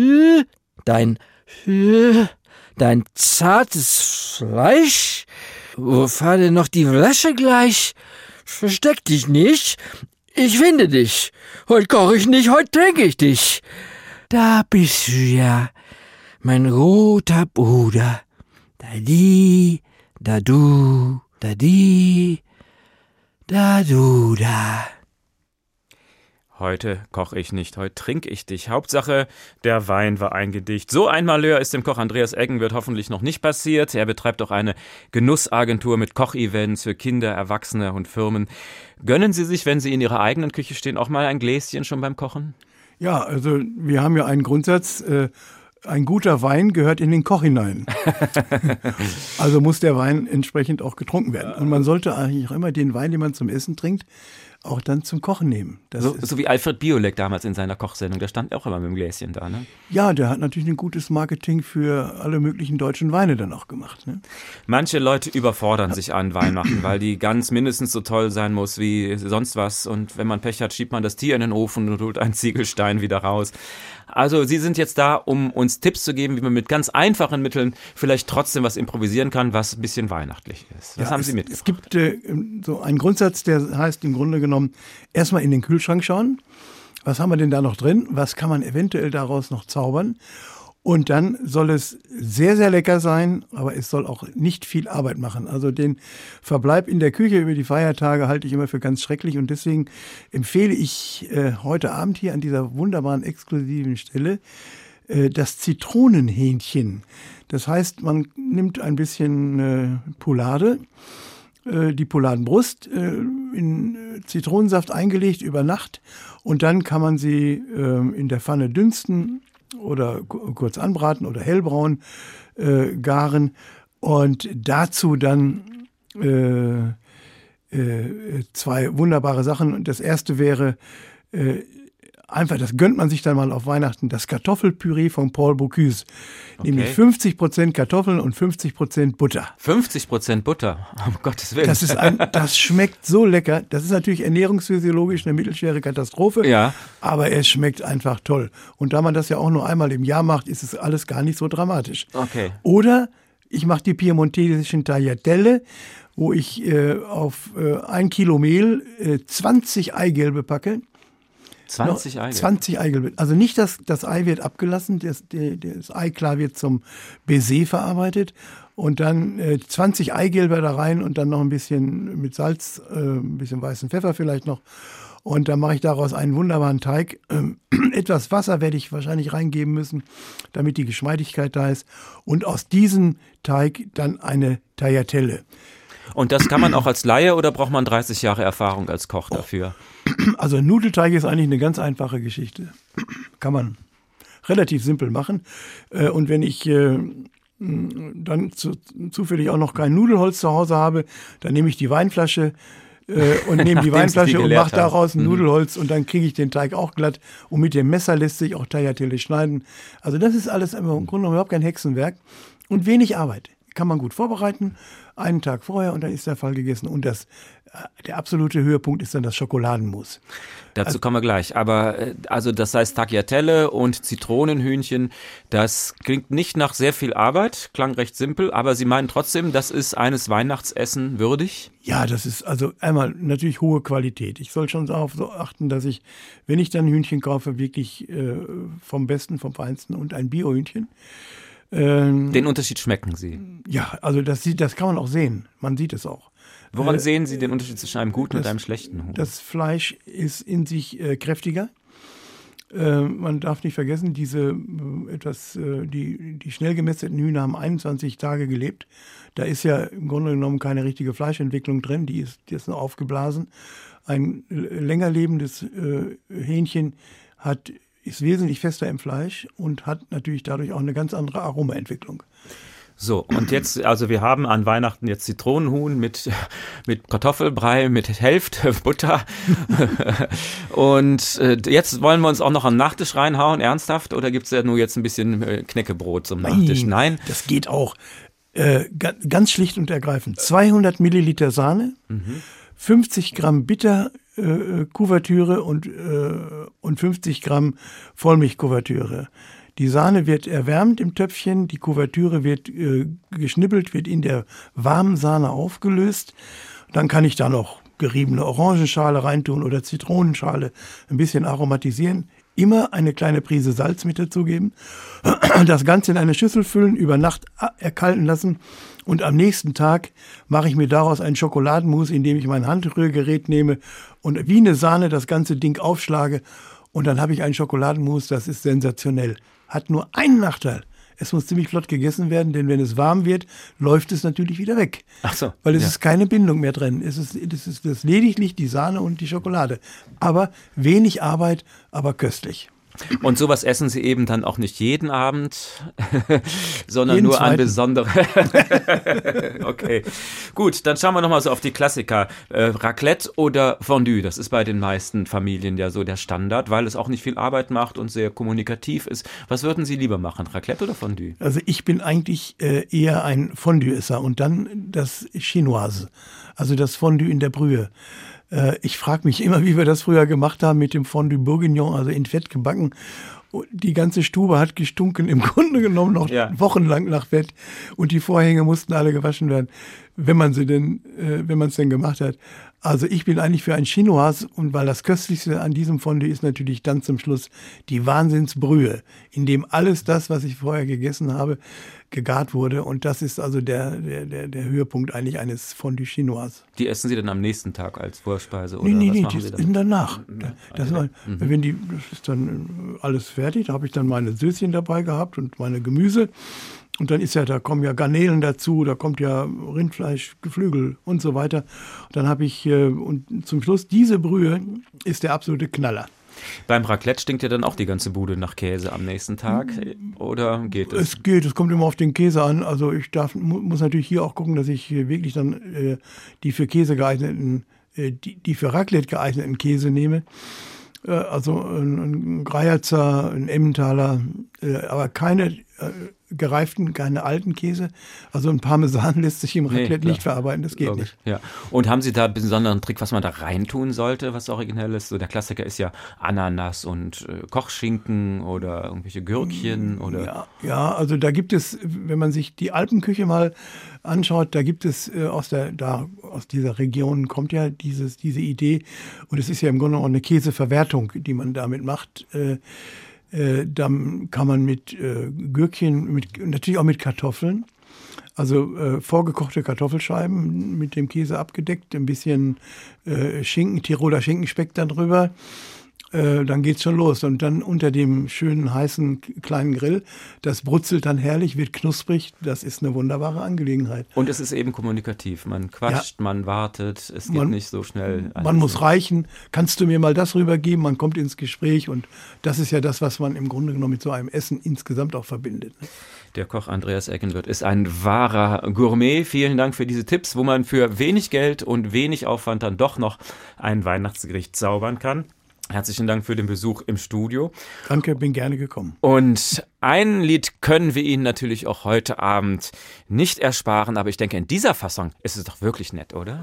zartes Fleisch? Wo fahr denn noch die Flasche gleich? Versteck dich nicht. Ich finde dich. Heut koch ich nicht, heut tränke ich dich. Da bist du ja, mein roter Bruder. Da di, da du, da di, da du, da. Heute koch ich nicht, heute trink ich dich. Hauptsache, der Wein war ein Gedicht. So ein Malheur ist dem Koch Andreas Eggen wird hoffentlich noch nicht passiert. Er betreibt auch eine Genussagentur mit Kochevents für Kinder, Erwachsene und Firmen. Gönnen Sie sich, wenn Sie in Ihrer eigenen Küche stehen, auch mal ein Gläschen schon beim Kochen? Ja, also wir haben ja einen Grundsatz, ein guter Wein gehört in den Koch hinein. Also muss der Wein entsprechend auch getrunken werden. Und man sollte eigentlich auch immer den Wein, den man zum Essen trinkt, auch dann zum Kochen nehmen. So wie Alfred Biolek damals in seiner Kochsendung, der stand auch immer mit dem Gläschen da, ne? Ja, der hat natürlich ein gutes Marketing für alle möglichen deutschen Weine dann auch gemacht, ne? Manche Leute überfordern sich an Weihnachten, weil die Gans mindestens so toll sein muss wie sonst was. Und wenn man Pech hat, schiebt man das Tier in den Ofen und holt einen Ziegelstein wieder raus. Also Sie sind jetzt da, um uns Tipps zu geben, wie man mit ganz einfachen Mitteln vielleicht trotzdem was improvisieren kann, was ein bisschen weihnachtlich ist. Was haben Sie mitgebracht? Es gibt so einen Grundsatz, der heißt im Grunde genommen, erstmal in den Kühlschrank schauen. Was haben wir denn da noch drin? Was kann man eventuell daraus noch zaubern? Und dann soll es sehr, sehr lecker sein, aber es soll auch nicht viel Arbeit machen. Also den Verbleib in der Küche über die Feiertage halte ich immer für ganz schrecklich. Und deswegen empfehle ich heute Abend hier an dieser wunderbaren, exklusiven Stelle das Zitronenhähnchen. Das heißt, man nimmt ein bisschen Poulade, die Pouladenbrust in Zitronensaft eingelegt über Nacht. Und dann kann man sie in der Pfanne dünsten oder kurz anbraten oder hellbraun garen und dazu dann 2 wunderbare Sachen. Und das erste wäre einfach, das gönnt man sich dann mal auf Weihnachten, das Kartoffelpüree von Paul Bocuse. Okay. Nämlich 50% Kartoffeln und 50% Butter. 50% Butter? Um Gottes Willen. Das schmeckt so lecker. Das ist natürlich ernährungsphysiologisch eine mittelschwere Katastrophe. Ja. Aber es schmeckt einfach toll. Und da man das ja auch nur einmal im Jahr macht, ist es alles gar nicht so dramatisch. Okay. Oder ich mache die piemontesischen Tagliatelle, wo ich auf 1 Kilo Mehl 20 Eigelbe packe. 20 Eigelbe? 20 Eigelbe. Also nicht, das Ei wird abgelassen, das Eiklar wird zum Baiser verarbeitet und dann 20 Eigelbe da rein und dann noch ein bisschen mit Salz, ein bisschen weißen Pfeffer vielleicht noch. Und dann mache ich daraus einen wunderbaren Teig. Etwas Wasser werde ich wahrscheinlich reingeben müssen, damit die Geschmeidigkeit da ist. Und aus diesem Teig dann eine Tagliatelle. Und das kann man auch als Laie oder braucht man 30 Jahre Erfahrung als Koch dafür? Also Nudelteig ist eigentlich eine ganz einfache Geschichte. Kann man relativ simpel machen. Und wenn ich dann zufällig auch noch kein Nudelholz zu Hause habe, dann nehme ich die Weinflasche und nehme die Weinflasche und mache daraus ein Nudelholz und dann kriege ich den Teig auch glatt. Und mit dem Messer lässt sich auch Tagliatelle schneiden. Also das ist alles im Grunde genommen überhaupt kein Hexenwerk und wenig Arbeit. Kann man gut vorbereiten, einen Tag vorher und dann ist der Fall gegessen. Und der absolute Höhepunkt ist dann das Schokoladenmus. Dazu kommen wir gleich. Aber also das heißt Tagliatelle und Zitronenhühnchen, das klingt nicht nach sehr viel Arbeit, klang recht simpel, aber Sie meinen trotzdem, das ist eines Weihnachtsessen würdig? Ja, das ist also einmal natürlich hohe Qualität. Ich soll schon darauf so achten, dass ich, wenn ich dann Hühnchen kaufe, wirklich vom Besten, vom Feinsten und ein Biohühnchen. Den Unterschied schmecken Sie? Ja, also das kann man auch sehen. Man sieht es auch. Woran sehen Sie den Unterschied zwischen einem guten und einem schlechten Huhn? Das Fleisch ist in sich kräftiger. Man darf nicht vergessen, die schnell gemästeten Hühner haben 21 Tage gelebt. Da ist ja im Grunde genommen keine richtige Fleischentwicklung drin, die ist nur aufgeblasen. Ein länger lebendes Hähnchen ist wesentlich fester im Fleisch und hat natürlich dadurch auch eine ganz andere Aromaentwicklung. So, und jetzt, also wir haben an Weihnachten jetzt Zitronenhuhn mit Kartoffelbrei, mit Hälfte Butter. Und jetzt wollen wir uns auch noch am Nachtisch reinhauen, ernsthaft? Oder gibt es ja nur jetzt ein bisschen Knäckebrot zum Nachtisch? Nein, das geht auch. Ganz schlicht und ergreifend. 200 Milliliter Sahne, 50 Gramm Bitterkuvertüre und 50 Gramm Vollmilchkuvertüre. Die Sahne wird erwärmt im Töpfchen, die Kuvertüre wird geschnippelt, wird in der warmen Sahne aufgelöst. Dann kann ich da noch geriebene Orangenschale reintun oder Zitronenschale, ein bisschen aromatisieren. Immer eine kleine Prise Salz mit dazugeben. Das Ganze in eine Schüssel füllen, über Nacht erkalten lassen. Und am nächsten Tag mache ich mir daraus einen Schokoladenmus, indem ich mein Handrührgerät nehme und wie eine Sahne das ganze Ding aufschlage. Und dann habe ich einen Schokoladenmus, das ist sensationell. Hat nur einen Nachteil. Es muss ziemlich flott gegessen werden, denn wenn es warm wird, läuft es natürlich wieder weg. Ach so. Weil es ist keine Bindung mehr drin. Es ist lediglich die Sahne und die Schokolade. Aber wenig Arbeit, aber köstlich. Und sowas essen Sie eben dann auch nicht jeden Abend, sondern nur an besondere. Okay, gut, dann schauen wir nochmal so auf die Klassiker. Raclette oder Fondue, das ist bei den meisten Familien ja so der Standard, weil es auch nicht viel Arbeit macht und sehr kommunikativ ist. Was würden Sie lieber machen, Raclette oder Fondue? Also ich bin eigentlich eher ein Fondue-Esser und dann das Chinoise, also das Fondue in der Brühe. Ich frage mich immer, wie wir das früher gemacht haben mit dem Fondue Bourguignon, also in Fett gebacken. Die ganze Stube hat gestunken, im Grunde genommen noch wochenlang nach Fett. Und die Vorhänge mussten alle gewaschen werden, wenn man es denn gemacht hat. Also ich bin eigentlich für ein Chinoise, und weil das Köstlichste an diesem Fondue ist natürlich dann zum Schluss die Wahnsinnsbrühe, in dem alles das, was ich vorher gegessen habe, gegart wurde. Und das ist also der Höhepunkt eigentlich eines Fondue Chinoise. Die essen Sie dann am nächsten Tag als Vorspeise? Oder Nee, was machen die sind danach. Das ist dann alles fertig. Da habe ich dann meine Söschen dabei gehabt und meine Gemüse. Und dann da kommen ja Garnelen dazu, da kommt ja Rindfleisch, Geflügel und so weiter. Dann habe ich, und zum Schluss, diese Brühe ist der absolute Knaller. Beim Raclette stinkt ja dann auch die ganze Bude nach Käse am nächsten Tag, oder geht es? Es geht, es kommt immer auf den Käse an. Also ich muss natürlich hier auch gucken, dass ich wirklich dann die für Raclette geeigneten Käse nehme. Also ein Greierzer, ein Emmentaler, aber keine gereiften, keine alten Käse. Also ein Parmesan lässt sich im Raclette nicht verarbeiten, das geht nicht. Ja. Und haben Sie da einen besonderen Trick, was man da reintun sollte, was originell ist? So der Klassiker ist ja Ananas und Kochschinken oder irgendwelche Gürkchen oder. Ja, also da gibt es, wenn man sich die Alpenküche mal anschaut, da gibt es aus dieser Region kommt ja diese Idee, und es ist ja im Grunde auch eine Käseverwertung, die man damit macht. Dann kann man mit Gürkchen, natürlich auch mit Kartoffeln, also vorgekochte Kartoffelscheiben mit dem Käse abgedeckt, ein bisschen Schinken, Tiroler Schinkenspeck da drüber. Dann geht's schon los. Und dann unter dem schönen, heißen, kleinen Grill, das brutzelt dann herrlich, wird knusprig. Das ist eine wunderbare Angelegenheit. Und es ist eben kommunikativ. Man quatscht, man wartet, es geht nicht so schnell. Man muss reichen. Kannst du mir mal das rübergeben? Man kommt ins Gespräch. Und das ist ja das, was man im Grunde genommen mit so einem Essen insgesamt auch verbindet. Der Koch Andreas Eckenwirth ist ein wahrer Gourmet. Vielen Dank für diese Tipps, wo man für wenig Geld und wenig Aufwand dann doch noch ein Weihnachtsgericht zaubern kann. Herzlichen Dank für den Besuch im Studio. Danke, bin gerne gekommen. Und ein Lied können wir Ihnen natürlich auch heute Abend nicht ersparen, aber ich denke, in dieser Fassung ist es doch wirklich nett, oder?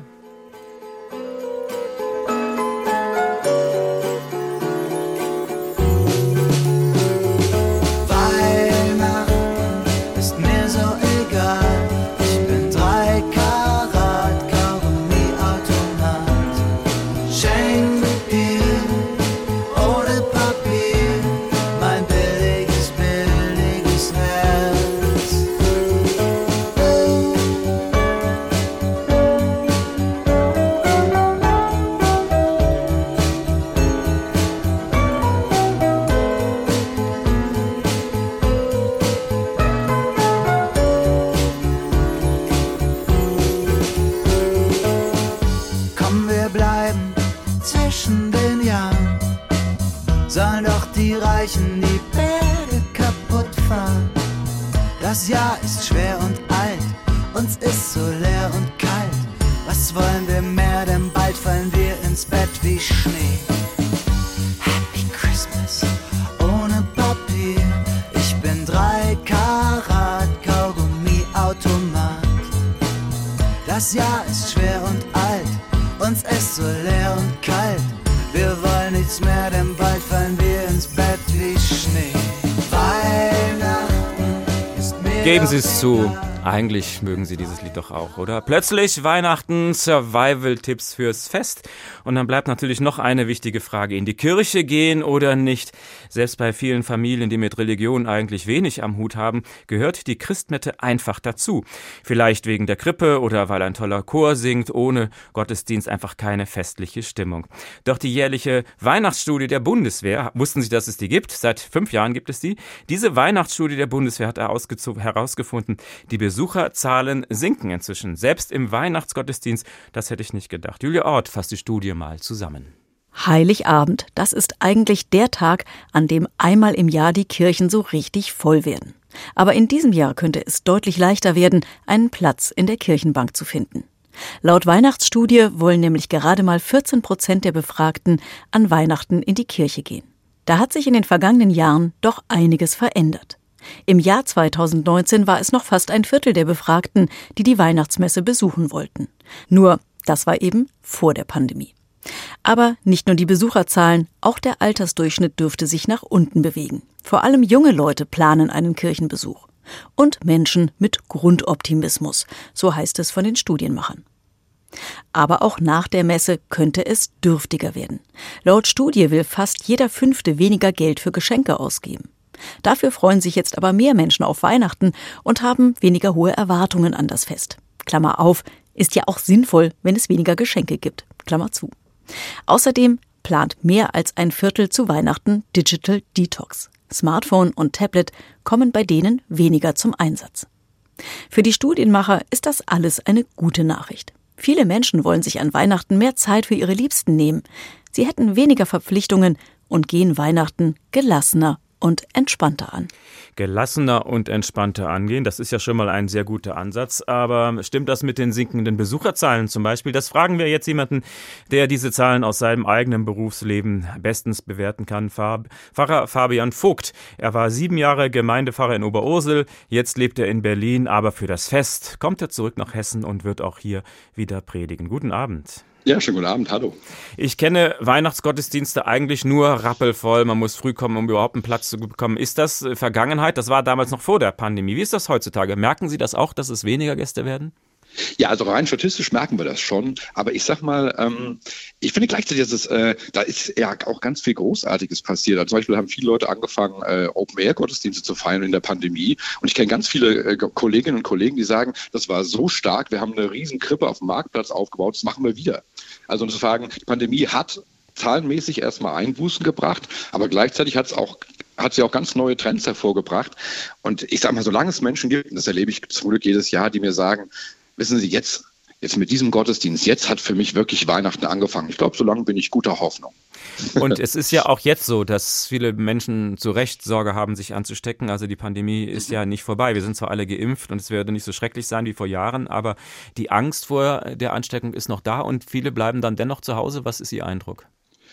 zwischen den Jahren sollen doch die Reichen die Berge kaputt fahren. Das Jahr ist schwer und alt, uns ist so leer und kalt. Was wollen wir mehr, denn bald fallen wir ins Bett wie Schnee. Happy Christmas ohne Papier. Ich bin 3 Karat Kaugummi-Automat. Das Jahr ist schwer und alt, uns ist so leer und kalt. Wir wollen nichts mehr, denn bald fallen wir ins Bett wie Schnee. Weihnachten ist mehr. Geben Sie es zu. Eigentlich mögen Sie dieses Lied doch auch, oder? Plötzlich Weihnachten, Survival-Tipps fürs Fest. Und dann bleibt natürlich noch eine wichtige Frage. In die Kirche gehen oder nicht? Selbst bei vielen Familien, die mit Religion eigentlich wenig am Hut haben, gehört die Christmette einfach dazu. Vielleicht wegen der Krippe oder weil ein toller Chor singt, ohne Gottesdienst einfach keine festliche Stimmung. Doch die jährliche Weihnachtsstudie der Bundeswehr, wussten Sie, dass es die gibt? Seit 5 Jahren gibt es die. Diese Weihnachtsstudie der Bundeswehr hat herausgefunden, die Besucherzahlen sinken inzwischen, selbst im Weihnachtsgottesdienst. Das hätte ich nicht gedacht. Julia Ort fasst die Studie mal zusammen. Heiligabend, das ist eigentlich der Tag, an dem einmal im Jahr die Kirchen so richtig voll werden. Aber in diesem Jahr könnte es deutlich leichter werden, einen Platz in der Kirchenbank zu finden. Laut Weihnachtsstudie wollen nämlich gerade mal 14% der Befragten an Weihnachten in die Kirche gehen. Da hat sich in den vergangenen Jahren doch einiges verändert. Im Jahr 2019 war es noch fast ein Viertel der Befragten, die die Weihnachtsmesse besuchen wollten. Nur, das war eben vor der Pandemie. Aber nicht nur die Besucherzahlen, auch der Altersdurchschnitt dürfte sich nach unten bewegen. Vor allem junge Leute planen einen Kirchenbesuch. Und Menschen mit Grundoptimismus, so heißt es von den Studienmachern. Aber auch nach der Messe könnte es dürftiger werden. Laut Studie will fast jeder 5. weniger Geld für Geschenke ausgeben. Dafür freuen sich jetzt aber mehr Menschen auf Weihnachten und haben weniger hohe Erwartungen an das Fest. Klammer auf, ist ja auch sinnvoll, wenn es weniger Geschenke gibt. Klammer zu. Außerdem plant mehr als ein Viertel zu Weihnachten Digital Detox. Smartphone und Tablet kommen bei denen weniger zum Einsatz. Für die Studienmacher ist das alles eine gute Nachricht. Viele Menschen wollen sich an Weihnachten mehr Zeit für ihre Liebsten nehmen. Sie hätten weniger Verpflichtungen und gehen Weihnachten gelassener und entspannter an. Gelassener und entspannter angehen, das ist ja schon mal ein sehr guter Ansatz. Aber stimmt das mit den sinkenden Besucherzahlen zum Beispiel? Das fragen wir jetzt jemanden, der diese Zahlen aus seinem eigenen Berufsleben bestens bewerten kann. Pfarrer Fabian Vogt. Er war 7 Jahre Gemeindepfarrer in Oberursel. Jetzt lebt er in Berlin, aber für das Fest kommt er zurück nach Hessen und wird auch hier wieder predigen. Guten Abend. Ja, schönen guten Abend, hallo. Ich kenne Weihnachtsgottesdienste eigentlich nur rappelvoll, man muss früh kommen, um überhaupt einen Platz zu bekommen. Ist das Vergangenheit? Das war damals noch vor der Pandemie. Wie ist das heutzutage? Merken Sie das auch, dass es weniger Gäste werden? Ja, also rein statistisch merken wir das schon. Aber ich sag mal, ich finde gleichzeitig, dass da ist ja auch ganz viel Großartiges passiert. Also zum Beispiel haben viele Leute angefangen, Open-Air-Gottesdienste zu feiern in der Pandemie. Und ich kenne ganz viele Kolleginnen und Kollegen, die sagen, das war so stark, wir haben eine riesen Krippe auf dem Marktplatz aufgebaut, das machen wir wieder. Also zu sagen, die Pandemie hat zahlenmäßig erstmal Einbußen gebracht, aber gleichzeitig hat sie auch ganz neue Trends hervorgebracht. Und ich sage mal, solange es Menschen gibt, und das erlebe ich zum Glück jedes Jahr, die mir sagen, wissen Sie, jetzt mit diesem Gottesdienst, jetzt hat für mich wirklich Weihnachten angefangen. Ich glaube, so lange bin ich guter Hoffnung. Und es ist ja auch jetzt so, dass viele Menschen zu Recht Sorge haben, sich anzustecken. Also die Pandemie ist ja nicht vorbei. Wir sind zwar alle geimpft und es werde nicht so schrecklich sein wie vor Jahren, aber die Angst vor der Ansteckung ist noch da und viele bleiben dann dennoch zu Hause. Was ist Ihr Eindruck?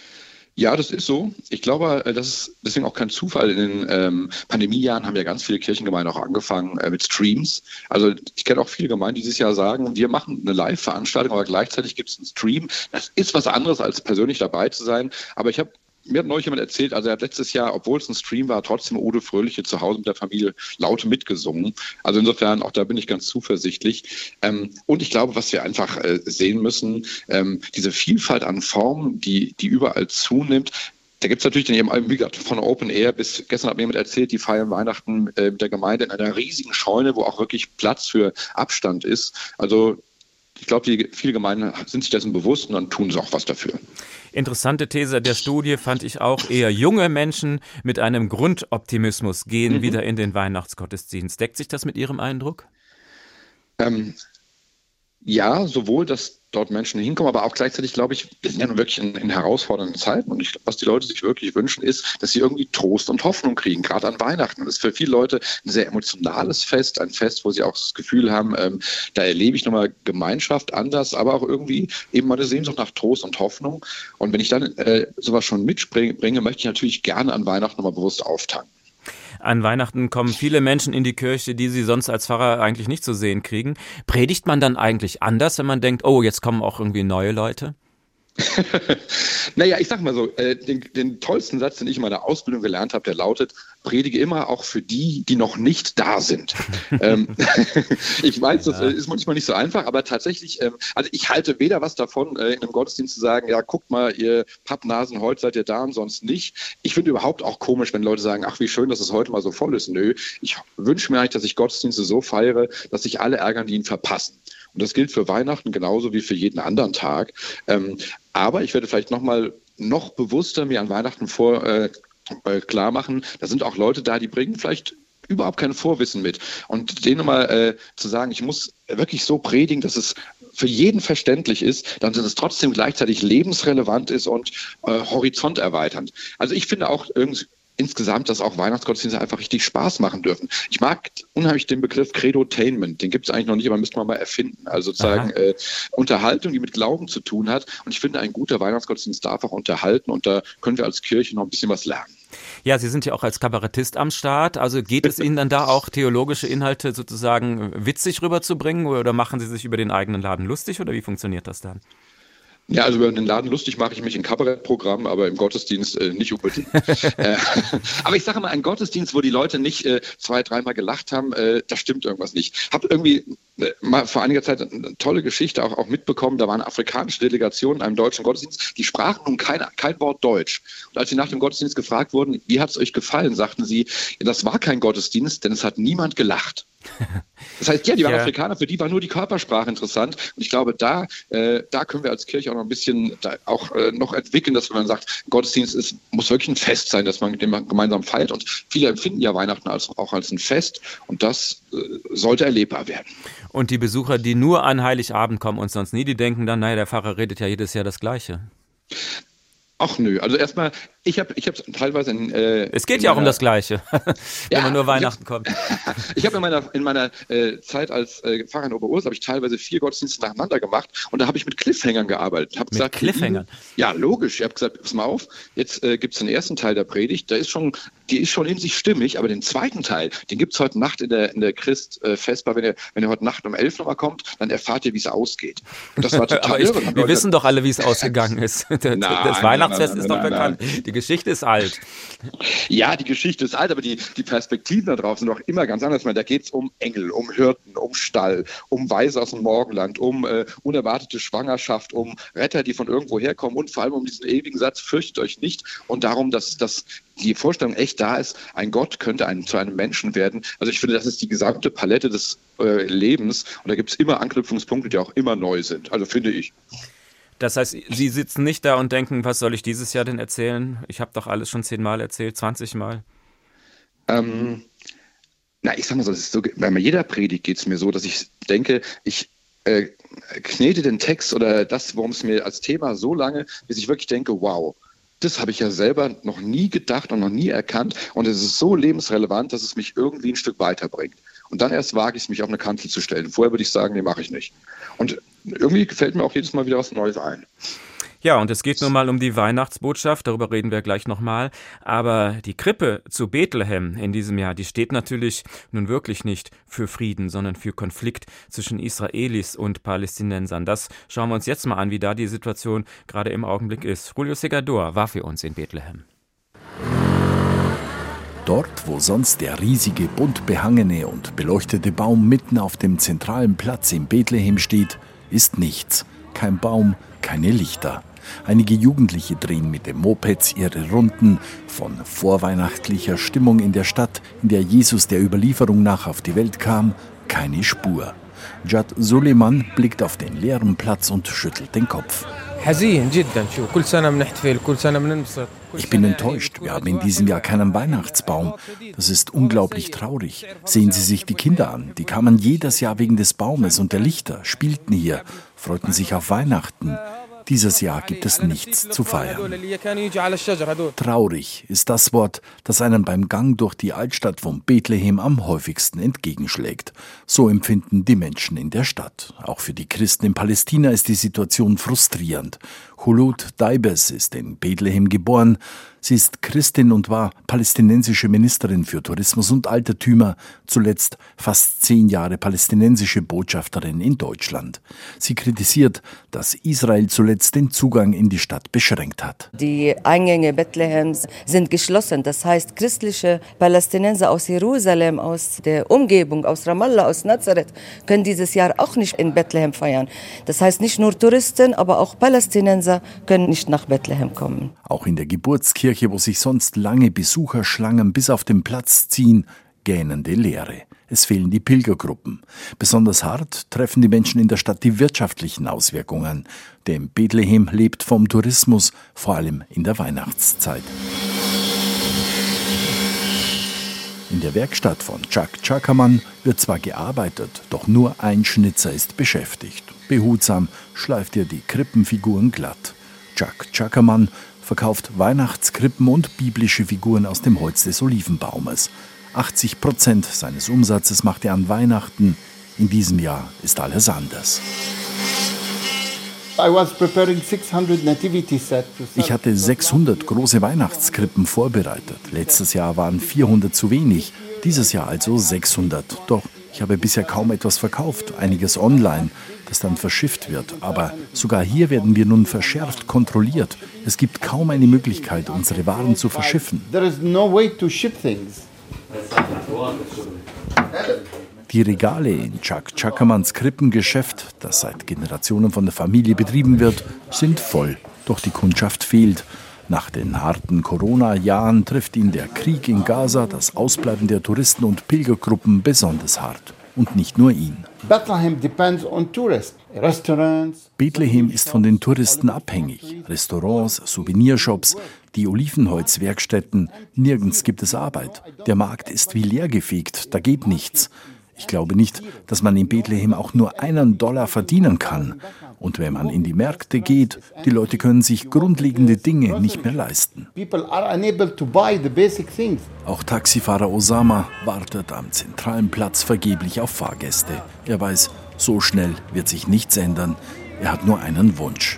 Ja, das ist so. Ich glaube, das ist deswegen auch kein Zufall. In den Pandemiejahren haben ja ganz viele Kirchengemeinden auch angefangen mit Streams. Also ich kenne auch viele Gemeinden, die dieses Jahr sagen, wir machen eine Live-Veranstaltung, aber gleichzeitig gibt es einen Stream. Das ist was anderes, als persönlich dabei zu sein. Aber mir hat neulich jemand erzählt, also er hat letztes Jahr, obwohl es ein Stream war, trotzdem Ode Fröhliche zu Hause mit der Familie laut mitgesungen. Also insofern, auch da bin ich ganz zuversichtlich. Und ich glaube, was wir einfach sehen müssen, diese Vielfalt an Formen, die überall zunimmt. Da gibt es natürlich dann eben, wie gesagt, von Open Air bis gestern hat mir jemand erzählt, die feiern Weihnachten mit der Gemeinde in einer riesigen Scheune, wo auch wirklich Platz für Abstand ist. Also ich glaube, viele Gemeinden sind sich dessen bewusst und dann tun sie auch was dafür. Interessante These der Studie fand ich auch. Eher junge Menschen mit einem Grundoptimismus gehen wieder in den Weihnachtsgottesdienst. Deckt sich das mit Ihrem Eindruck? Ja, sowohl, dass dort Menschen hinkommen, aber auch gleichzeitig, glaube ich, wir sind ja nun wirklich in herausfordernden Zeiten und was die Leute sich wirklich wünschen, ist, dass sie irgendwie Trost und Hoffnung kriegen, gerade an Weihnachten. Das ist für viele Leute ein sehr emotionales Fest, ein Fest, wo sie auch das Gefühl haben, da erlebe ich nochmal Gemeinschaft anders, aber auch irgendwie eben mal eine Sehnsucht nach Trost und Hoffnung. Und wenn ich dann sowas schon mitbringe, möchte ich natürlich gerne an Weihnachten nochmal bewusst auftanken. An Weihnachten kommen viele Menschen in die Kirche, die sie sonst als Pfarrer eigentlich nicht zu sehen kriegen. Predigt man dann eigentlich anders, wenn man denkt, oh, jetzt kommen auch irgendwie neue Leute? Naja, ich sag mal so, den tollsten Satz, den ich in meiner Ausbildung gelernt habe, der lautet, predige immer auch für die, die noch nicht da sind. Ich weiß, das ist manchmal nicht so einfach, aber tatsächlich, also ich halte weder was davon, in einem Gottesdienst zu sagen, ja, guckt mal, ihr Pappnasen, heute seid ihr da und sonst nicht. Ich finde überhaupt auch komisch, wenn Leute sagen, ach, wie schön, dass es heute mal so voll ist. Nö, ich wünsche mir eigentlich, dass ich Gottesdienste so feiere, dass sich alle ärgern, die ihn verpassen. Und das gilt für Weihnachten genauso wie für jeden anderen Tag. Aber ich werde vielleicht noch bewusster mir an Weihnachten klar machen, da sind auch Leute da, die bringen vielleicht überhaupt kein Vorwissen mit. Und denen mal zu sagen, ich muss wirklich so predigen, dass es für jeden verständlich ist, dann dass es trotzdem gleichzeitig lebensrelevant ist und horizonterweiternd. Also ich finde auch insgesamt, dass auch Weihnachtsgottesdienste einfach richtig Spaß machen dürfen. Ich mag unheimlich den Begriff Credotainment, den gibt es eigentlich noch nicht, aber müsste man mal erfinden. Also sozusagen Unterhaltung, die mit Glauben zu tun hat. Und ich finde, ein guter Weihnachtsgottesdienst darf auch unterhalten und da können wir als Kirche noch ein bisschen was lernen. Ja, Sie sind ja auch als Kabarettist am Start. Also geht es Ihnen dann da auch, theologische Inhalte sozusagen witzig rüberzubringen oder machen Sie sich über den eigenen Laden lustig oder wie funktioniert das dann? Ja, also über den Laden lustig mache ich mich in Kabarettprogrammen, aber im Gottesdienst nicht unbedingt. Aber ich sage mal, ein Gottesdienst, wo die Leute nicht 2-3 Mal gelacht haben, da stimmt irgendwas nicht. Habe irgendwie mal vor einiger Zeit eine tolle Geschichte auch mitbekommen. Da waren afrikanische Delegationen in einem deutschen Gottesdienst, die sprachen nun kein Wort Deutsch. Und als sie nach dem Gottesdienst gefragt wurden, wie hat es euch gefallen, sagten sie, ja, das war kein Gottesdienst, denn es hat niemand gelacht. Das heißt, ja, die waren Afrikaner, für die war nur die Körpersprache interessant. Und ich glaube, da können wir als Kirche auch noch ein bisschen noch entwickeln, dass man sagt, Gottesdienst muss wirklich ein Fest sein, dass man gemeinsam feiert. Und viele empfinden ja Weihnachten auch als ein Fest. Und das sollte erlebbar werden. Und die Besucher, die nur an Heiligabend kommen und sonst nie, die denken dann, naja, der Pfarrer redet ja jedes Jahr das Gleiche. Ach nö, also erstmal, ich hab teilweise es geht ja auch um das Gleiche, wenn man nur Weihnachten kommt. Ich habe in meiner Zeit als Pfarrer in Oberursel habe ich teilweise 4 Gottesdienste nacheinander gemacht und da habe ich mit Cliffhangern gearbeitet. Mit Cliffhangern? Ja, logisch. Ich habe gesagt, pass mal auf, jetzt gibt es den ersten Teil der Predigt, die ist schon in sich stimmig, aber den zweiten Teil, den gibt es heute Nacht in der Christ-Festbar. Wenn ihr heute Nacht um 11 nochmal kommt, dann erfahrt ihr, wie es ausgeht. Und das war total irre. Wir wissen doch alle, wie es ausgegangen ist. Das Weihnachtsfest ist doch bekannt. Die Geschichte ist alt. Ja, die Geschichte ist alt, aber die Perspektiven da drauf sind doch immer ganz anders. Da geht es um Engel, um Hirten, um Stall, um Weise aus dem Morgenland, um unerwartete Schwangerschaft, um Retter, die von irgendwo herkommen und vor allem um diesen ewigen Satz, fürchtet euch nicht und darum, dass die Vorstellung echt da ist, ein Gott könnte zu einem Menschen werden. Also ich finde, das ist die gesamte Palette des Lebens und da gibt es immer Anknüpfungspunkte, die auch immer neu sind. Also finde ich. Das heißt, Sie sitzen nicht da und denken, was soll ich dieses Jahr denn erzählen? Ich habe doch alles schon 10 Mal erzählt, 20 Mal. Ich sag mal so, das ist so, bei jeder Predigt geht es mir so, dass ich denke, ich knete den Text oder das, worum es mir als Thema so lange, bis ich wirklich denke, wow, das habe ich ja selber noch nie gedacht und noch nie erkannt und es ist so lebensrelevant, dass es mich irgendwie ein Stück weiterbringt. Und dann erst wage ich es, mich auf eine Kanzel zu stellen. Vorher würde ich sagen, nee, mache ich nicht. Und irgendwie gefällt mir auch jedes Mal wieder was Neues ein. Ja, und es geht nun mal um die Weihnachtsbotschaft, darüber reden wir gleich nochmal. Aber die Krippe zu Bethlehem in diesem Jahr, die steht natürlich nun wirklich nicht für Frieden, sondern für Konflikt zwischen Israelis und Palästinensern. Das schauen wir uns jetzt mal an, wie da die Situation gerade im Augenblick ist. Julio Segador war für uns in Bethlehem. Dort, wo sonst der riesige, bunt behangene und beleuchtete Baum mitten auf dem zentralen Platz in Bethlehem steht, ist nichts. Kein Baum, keine Lichter. Einige Jugendliche drehen mit den Mopeds ihre Runden. Von vorweihnachtlicher Stimmung in der Stadt, in der Jesus der Überlieferung nach auf die Welt kam, keine Spur. Jad Suleiman blickt auf den leeren Platz und schüttelt den Kopf. Ich bin enttäuscht. Wir haben in diesem Jahr keinen Weihnachtsbaum. Das ist unglaublich traurig. Sehen Sie sich die Kinder an. Die kamen jedes Jahr wegen des Baumes und der Lichter, spielten hier, freuten sich auf Weihnachten. Dieses Jahr gibt es nichts zu feiern. Traurig ist das Wort, das einem beim Gang durch die Altstadt von Bethlehem am häufigsten entgegenschlägt. So empfinden die Menschen in der Stadt. Auch für die Christen in Palästina ist die Situation frustrierend. Khulud Daibes ist in Bethlehem geboren. Sie ist Christin und war palästinensische Ministerin für Tourismus und Altertümer, zuletzt fast 10 Jahre palästinensische Botschafterin in Deutschland. Sie kritisiert, dass Israel zuletzt den Zugang in die Stadt beschränkt hat. Die Eingänge Bethlehems sind geschlossen. Das heißt, christliche Palästinenser aus Jerusalem, aus der Umgebung, aus Ramallah, aus Nazareth, können dieses Jahr auch nicht in Bethlehem feiern. Das heißt, nicht nur Touristen, aber auch Palästinenser können nicht nach Bethlehem kommen. Auch in der Geburtskirche, wo sich sonst lange Besucherschlangen bis auf den Platz ziehen, gähnende Leere. Es fehlen die Pilgergruppen. Besonders hart treffen die Menschen in der Stadt die wirtschaftlichen Auswirkungen. Denn Bethlehem lebt vom Tourismus, vor allem in der Weihnachtszeit. In der Werkstatt von Chuck Chuckerman wird zwar gearbeitet, doch nur ein Schnitzer ist beschäftigt. Behutsam schleift er die Krippenfiguren glatt. Chuck Chuckerman verkauft Weihnachtskrippen und biblische Figuren aus dem Holz des Olivenbaumes. 80% seines Umsatzes macht er an Weihnachten. In diesem Jahr ist alles anders. Ich hatte 600 große Weihnachtskrippen vorbereitet. Letztes Jahr waren 400 zu wenig, dieses Jahr also 600. Doch ich habe bisher kaum etwas verkauft, einiges online, das dann verschifft wird. Aber sogar hier werden wir nun verschärft kontrolliert. Es gibt kaum eine Möglichkeit, unsere Waren zu verschiffen. Die Regale in Chuck Chuckermans Krippengeschäft, das seit Generationen von der Familie betrieben wird, sind voll. Doch die Kundschaft fehlt. Nach den harten Corona-Jahren trifft ihn der Krieg in Gaza, das Ausbleiben der Touristen und Pilgergruppen besonders hart. Und nicht nur ihn. Bethlehem ist von den Touristen abhängig. Restaurants, Souvenirshops, die Olivenholzwerkstätten, nirgends gibt es Arbeit. Der Markt ist wie leergefegt, da geht nichts. Ich glaube nicht, dass man in Bethlehem auch nur $1 verdienen kann. Und wenn man in die Märkte geht, die Leute können sich grundlegende Dinge nicht mehr leisten. Auch Taxifahrer Osama wartet am zentralen Platz vergeblich auf Fahrgäste. Er weiß, so schnell wird sich nichts ändern. Er hat nur einen Wunsch.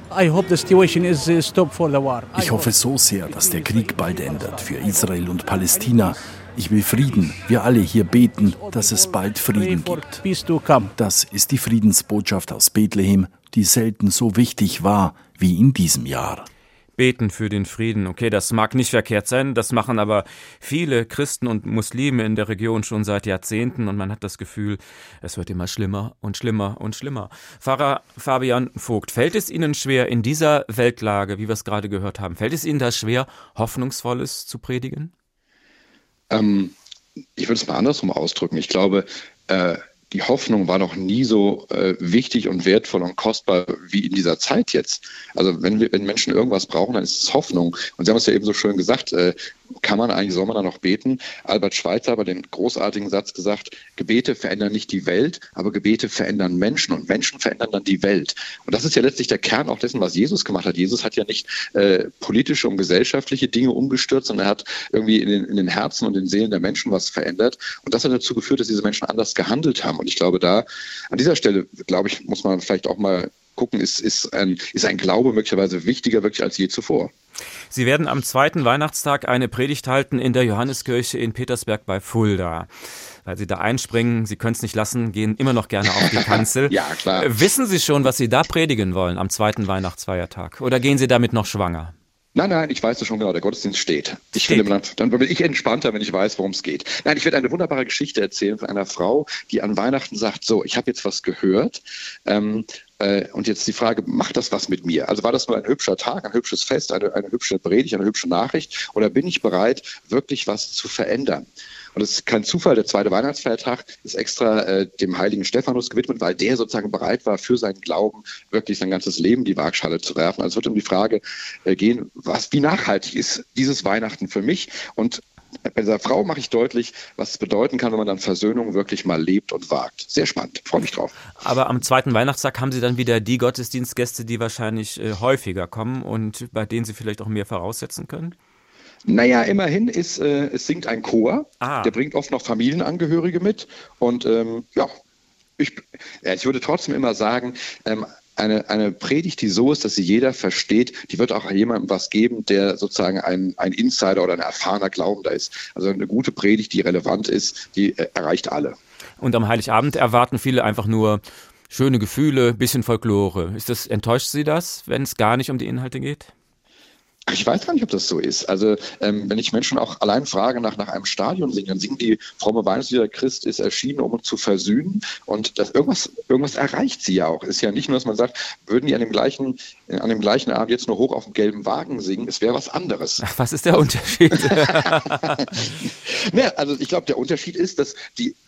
Ich hoffe so sehr, dass der Krieg bald endet für Israel und Palästina. Ich will Frieden. Wir alle hier beten, dass es bald Frieden gibt. Das ist die Friedensbotschaft aus Bethlehem, die selten so wichtig war wie in diesem Jahr. Beten für den Frieden. Okay, das mag nicht verkehrt sein, das machen aber viele Christen und Muslime in der Region schon seit Jahrzehnten und man hat das Gefühl, es wird immer schlimmer und schlimmer und schlimmer. Pfarrer Fabian Vogt, fällt es Ihnen schwer in dieser Weltlage, wie wir es gerade gehört haben, fällt es Ihnen da schwer, Hoffnungsvolles zu predigen? Ich würde es mal andersrum ausdrücken. Ich glaube, die Hoffnung war noch nie so wichtig und wertvoll und kostbar wie in dieser Zeit jetzt. Also wenn Menschen irgendwas brauchen, dann ist es Hoffnung. Und Sie haben es ja eben so schön gesagt, soll man da noch beten? Albert Schweitzer hat aber den großartigen Satz gesagt, Gebete verändern nicht die Welt, aber Gebete verändern Menschen und Menschen verändern dann die Welt. Und das ist ja letztlich der Kern auch dessen, was Jesus gemacht hat. Jesus hat ja nicht politische und gesellschaftliche Dinge umgestürzt, sondern er hat irgendwie in den Herzen und den Seelen der Menschen was verändert. Und das hat dazu geführt, dass diese Menschen anders gehandelt haben. Und ich glaube, an dieser Stelle, muss man vielleicht auch mal gucken, ist ein Glaube möglicherweise wichtiger wirklich als je zuvor. Sie werden am zweiten Weihnachtstag eine Predigt halten in der Johanneskirche in Petersberg bei Fulda. Weil Sie da einspringen, Sie können es nicht lassen, gehen immer noch gerne auf die Kanzel. Ja, klar. Wissen Sie schon, was Sie da predigen wollen am zweiten Weihnachtsfeiertag? Oder gehen Sie damit noch schwanger? Nein, ich weiß es schon genau, der Gottesdienst steht. Dann bin ich entspannter, wenn ich weiß, worum es geht. Nein, ich werde eine wunderbare Geschichte erzählen von einer Frau, die an Weihnachten sagt, so, ich habe jetzt was gehört und jetzt die Frage, macht das was mit mir? Also war das nur ein hübscher Tag, ein hübsches Fest, eine hübsche Predigt, eine hübsche Nachricht oder bin ich bereit, wirklich was zu verändern? Und es ist kein Zufall, der zweite Weihnachtsfeiertag ist extra dem heiligen Stephanus gewidmet, weil der sozusagen bereit war, für seinen Glauben wirklich sein ganzes Leben in die Waagschale zu werfen. Also es wird um die Frage gehen, wie nachhaltig ist dieses Weihnachten für mich? Und bei dieser Frau mache ich deutlich, was es bedeuten kann, wenn man dann Versöhnung wirklich mal lebt und wagt. Sehr spannend, freue mich drauf. Aber am zweiten Weihnachtstag haben Sie dann wieder die Gottesdienstgäste, die wahrscheinlich häufiger kommen und bei denen Sie vielleicht auch mehr voraussetzen können? Naja, immerhin es singt ein Chor, der bringt oft noch Familienangehörige mit und ich würde trotzdem immer sagen, eine Predigt, die so ist, dass sie jeder versteht, die wird auch jemandem was geben, der sozusagen ein Insider oder ein erfahrener Glaubender ist. Also eine gute Predigt, die relevant ist, die erreicht alle. Und am Heiligabend erwarten viele einfach nur schöne Gefühle, bisschen Folklore. Enttäuscht Sie das, wenn es gar nicht um die Inhalte geht? Ich weiß gar nicht, ob das so ist. Also wenn ich Menschen auch allein frage nach einem Stadion singen, dann singen die fromme Weihnachtslieder, Christ ist erschienen, um uns zu versöhnen. Und irgendwas erreicht sie ja auch. Es ist ja nicht nur, dass man sagt, würden die an dem gleichen Abend jetzt nur hoch auf dem gelben Wagen singen, es wäre was anderes. Ach, was ist der Unterschied? Also ich glaube, der Unterschied ist, dass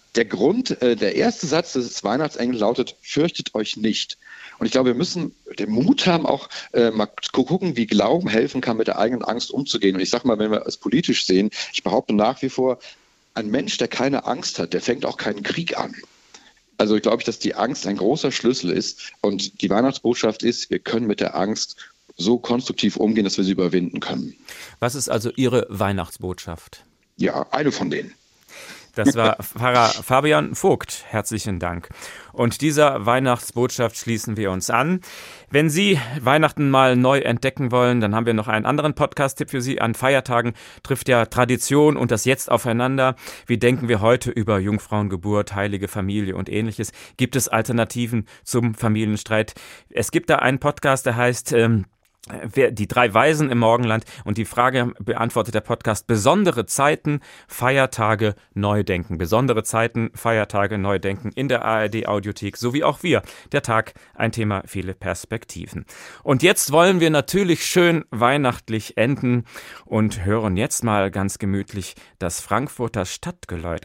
der erste Satz des Weihnachtsengels lautet, fürchtet euch nicht. Und ich glaube, wir müssen den Mut haben, auch mal gucken, wie Glauben helfen kann, mit der eigenen Angst umzugehen. Und ich sage mal, wenn wir es politisch sehen, ich behaupte nach wie vor, ein Mensch, der keine Angst hat, der fängt auch keinen Krieg an. Also glaube ich, dass die Angst ein großer Schlüssel ist. Und die Weihnachtsbotschaft ist, wir können mit der Angst so konstruktiv umgehen, dass wir sie überwinden können. Was ist also Ihre Weihnachtsbotschaft? Ja, eine von denen. Das war Pfarrer Fabian Vogt. Herzlichen Dank. Und dieser Weihnachtsbotschaft schließen wir uns an. Wenn Sie Weihnachten mal neu entdecken wollen, dann haben wir noch einen anderen Podcast-Tipp für Sie. An Feiertagen trifft ja Tradition und das Jetzt aufeinander. Wie denken wir heute über Jungfrauengeburt, heilige Familie und Ähnliches? Gibt es Alternativen zum Familienstreit? Es gibt da einen Podcast, der heißt die 3 Weisen im Morgenland, und die Frage beantwortet der Podcast: Besondere Zeiten, Feiertage, Neudenken. Besondere Zeiten, Feiertage, Neudenken in der ARD-Audiothek, so wie auch wir. Der Tag, ein Thema, viele Perspektiven. Und jetzt wollen wir natürlich schön weihnachtlich enden und hören jetzt mal ganz gemütlich das Frankfurter Stadtgeläut.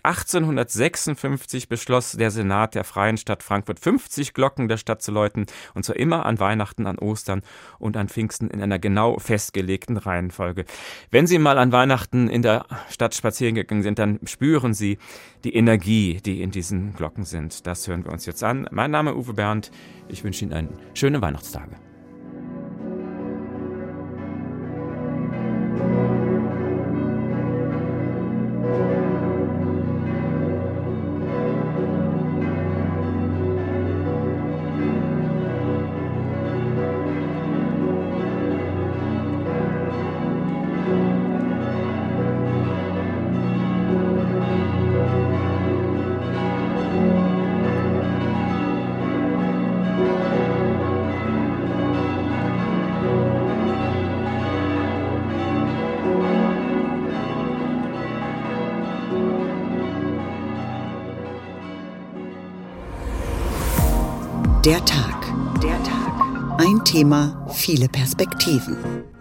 1856 beschloss der Senat der Freien Stadt Frankfurt, 50 Glocken der Stadt zu läuten, und zwar immer an Weihnachten, an Ostern und an Pfingsten in einer genau festgelegten Reihenfolge. Wenn Sie mal an Weihnachten in der Stadt spazieren gegangen sind, dann spüren Sie die Energie, die in diesen Glocken sind. Das hören wir uns jetzt an. Mein Name ist Uwe Bernd. Ich wünsche Ihnen schöne Weihnachtstage. Der Tag. Ein Thema, viele Perspektiven.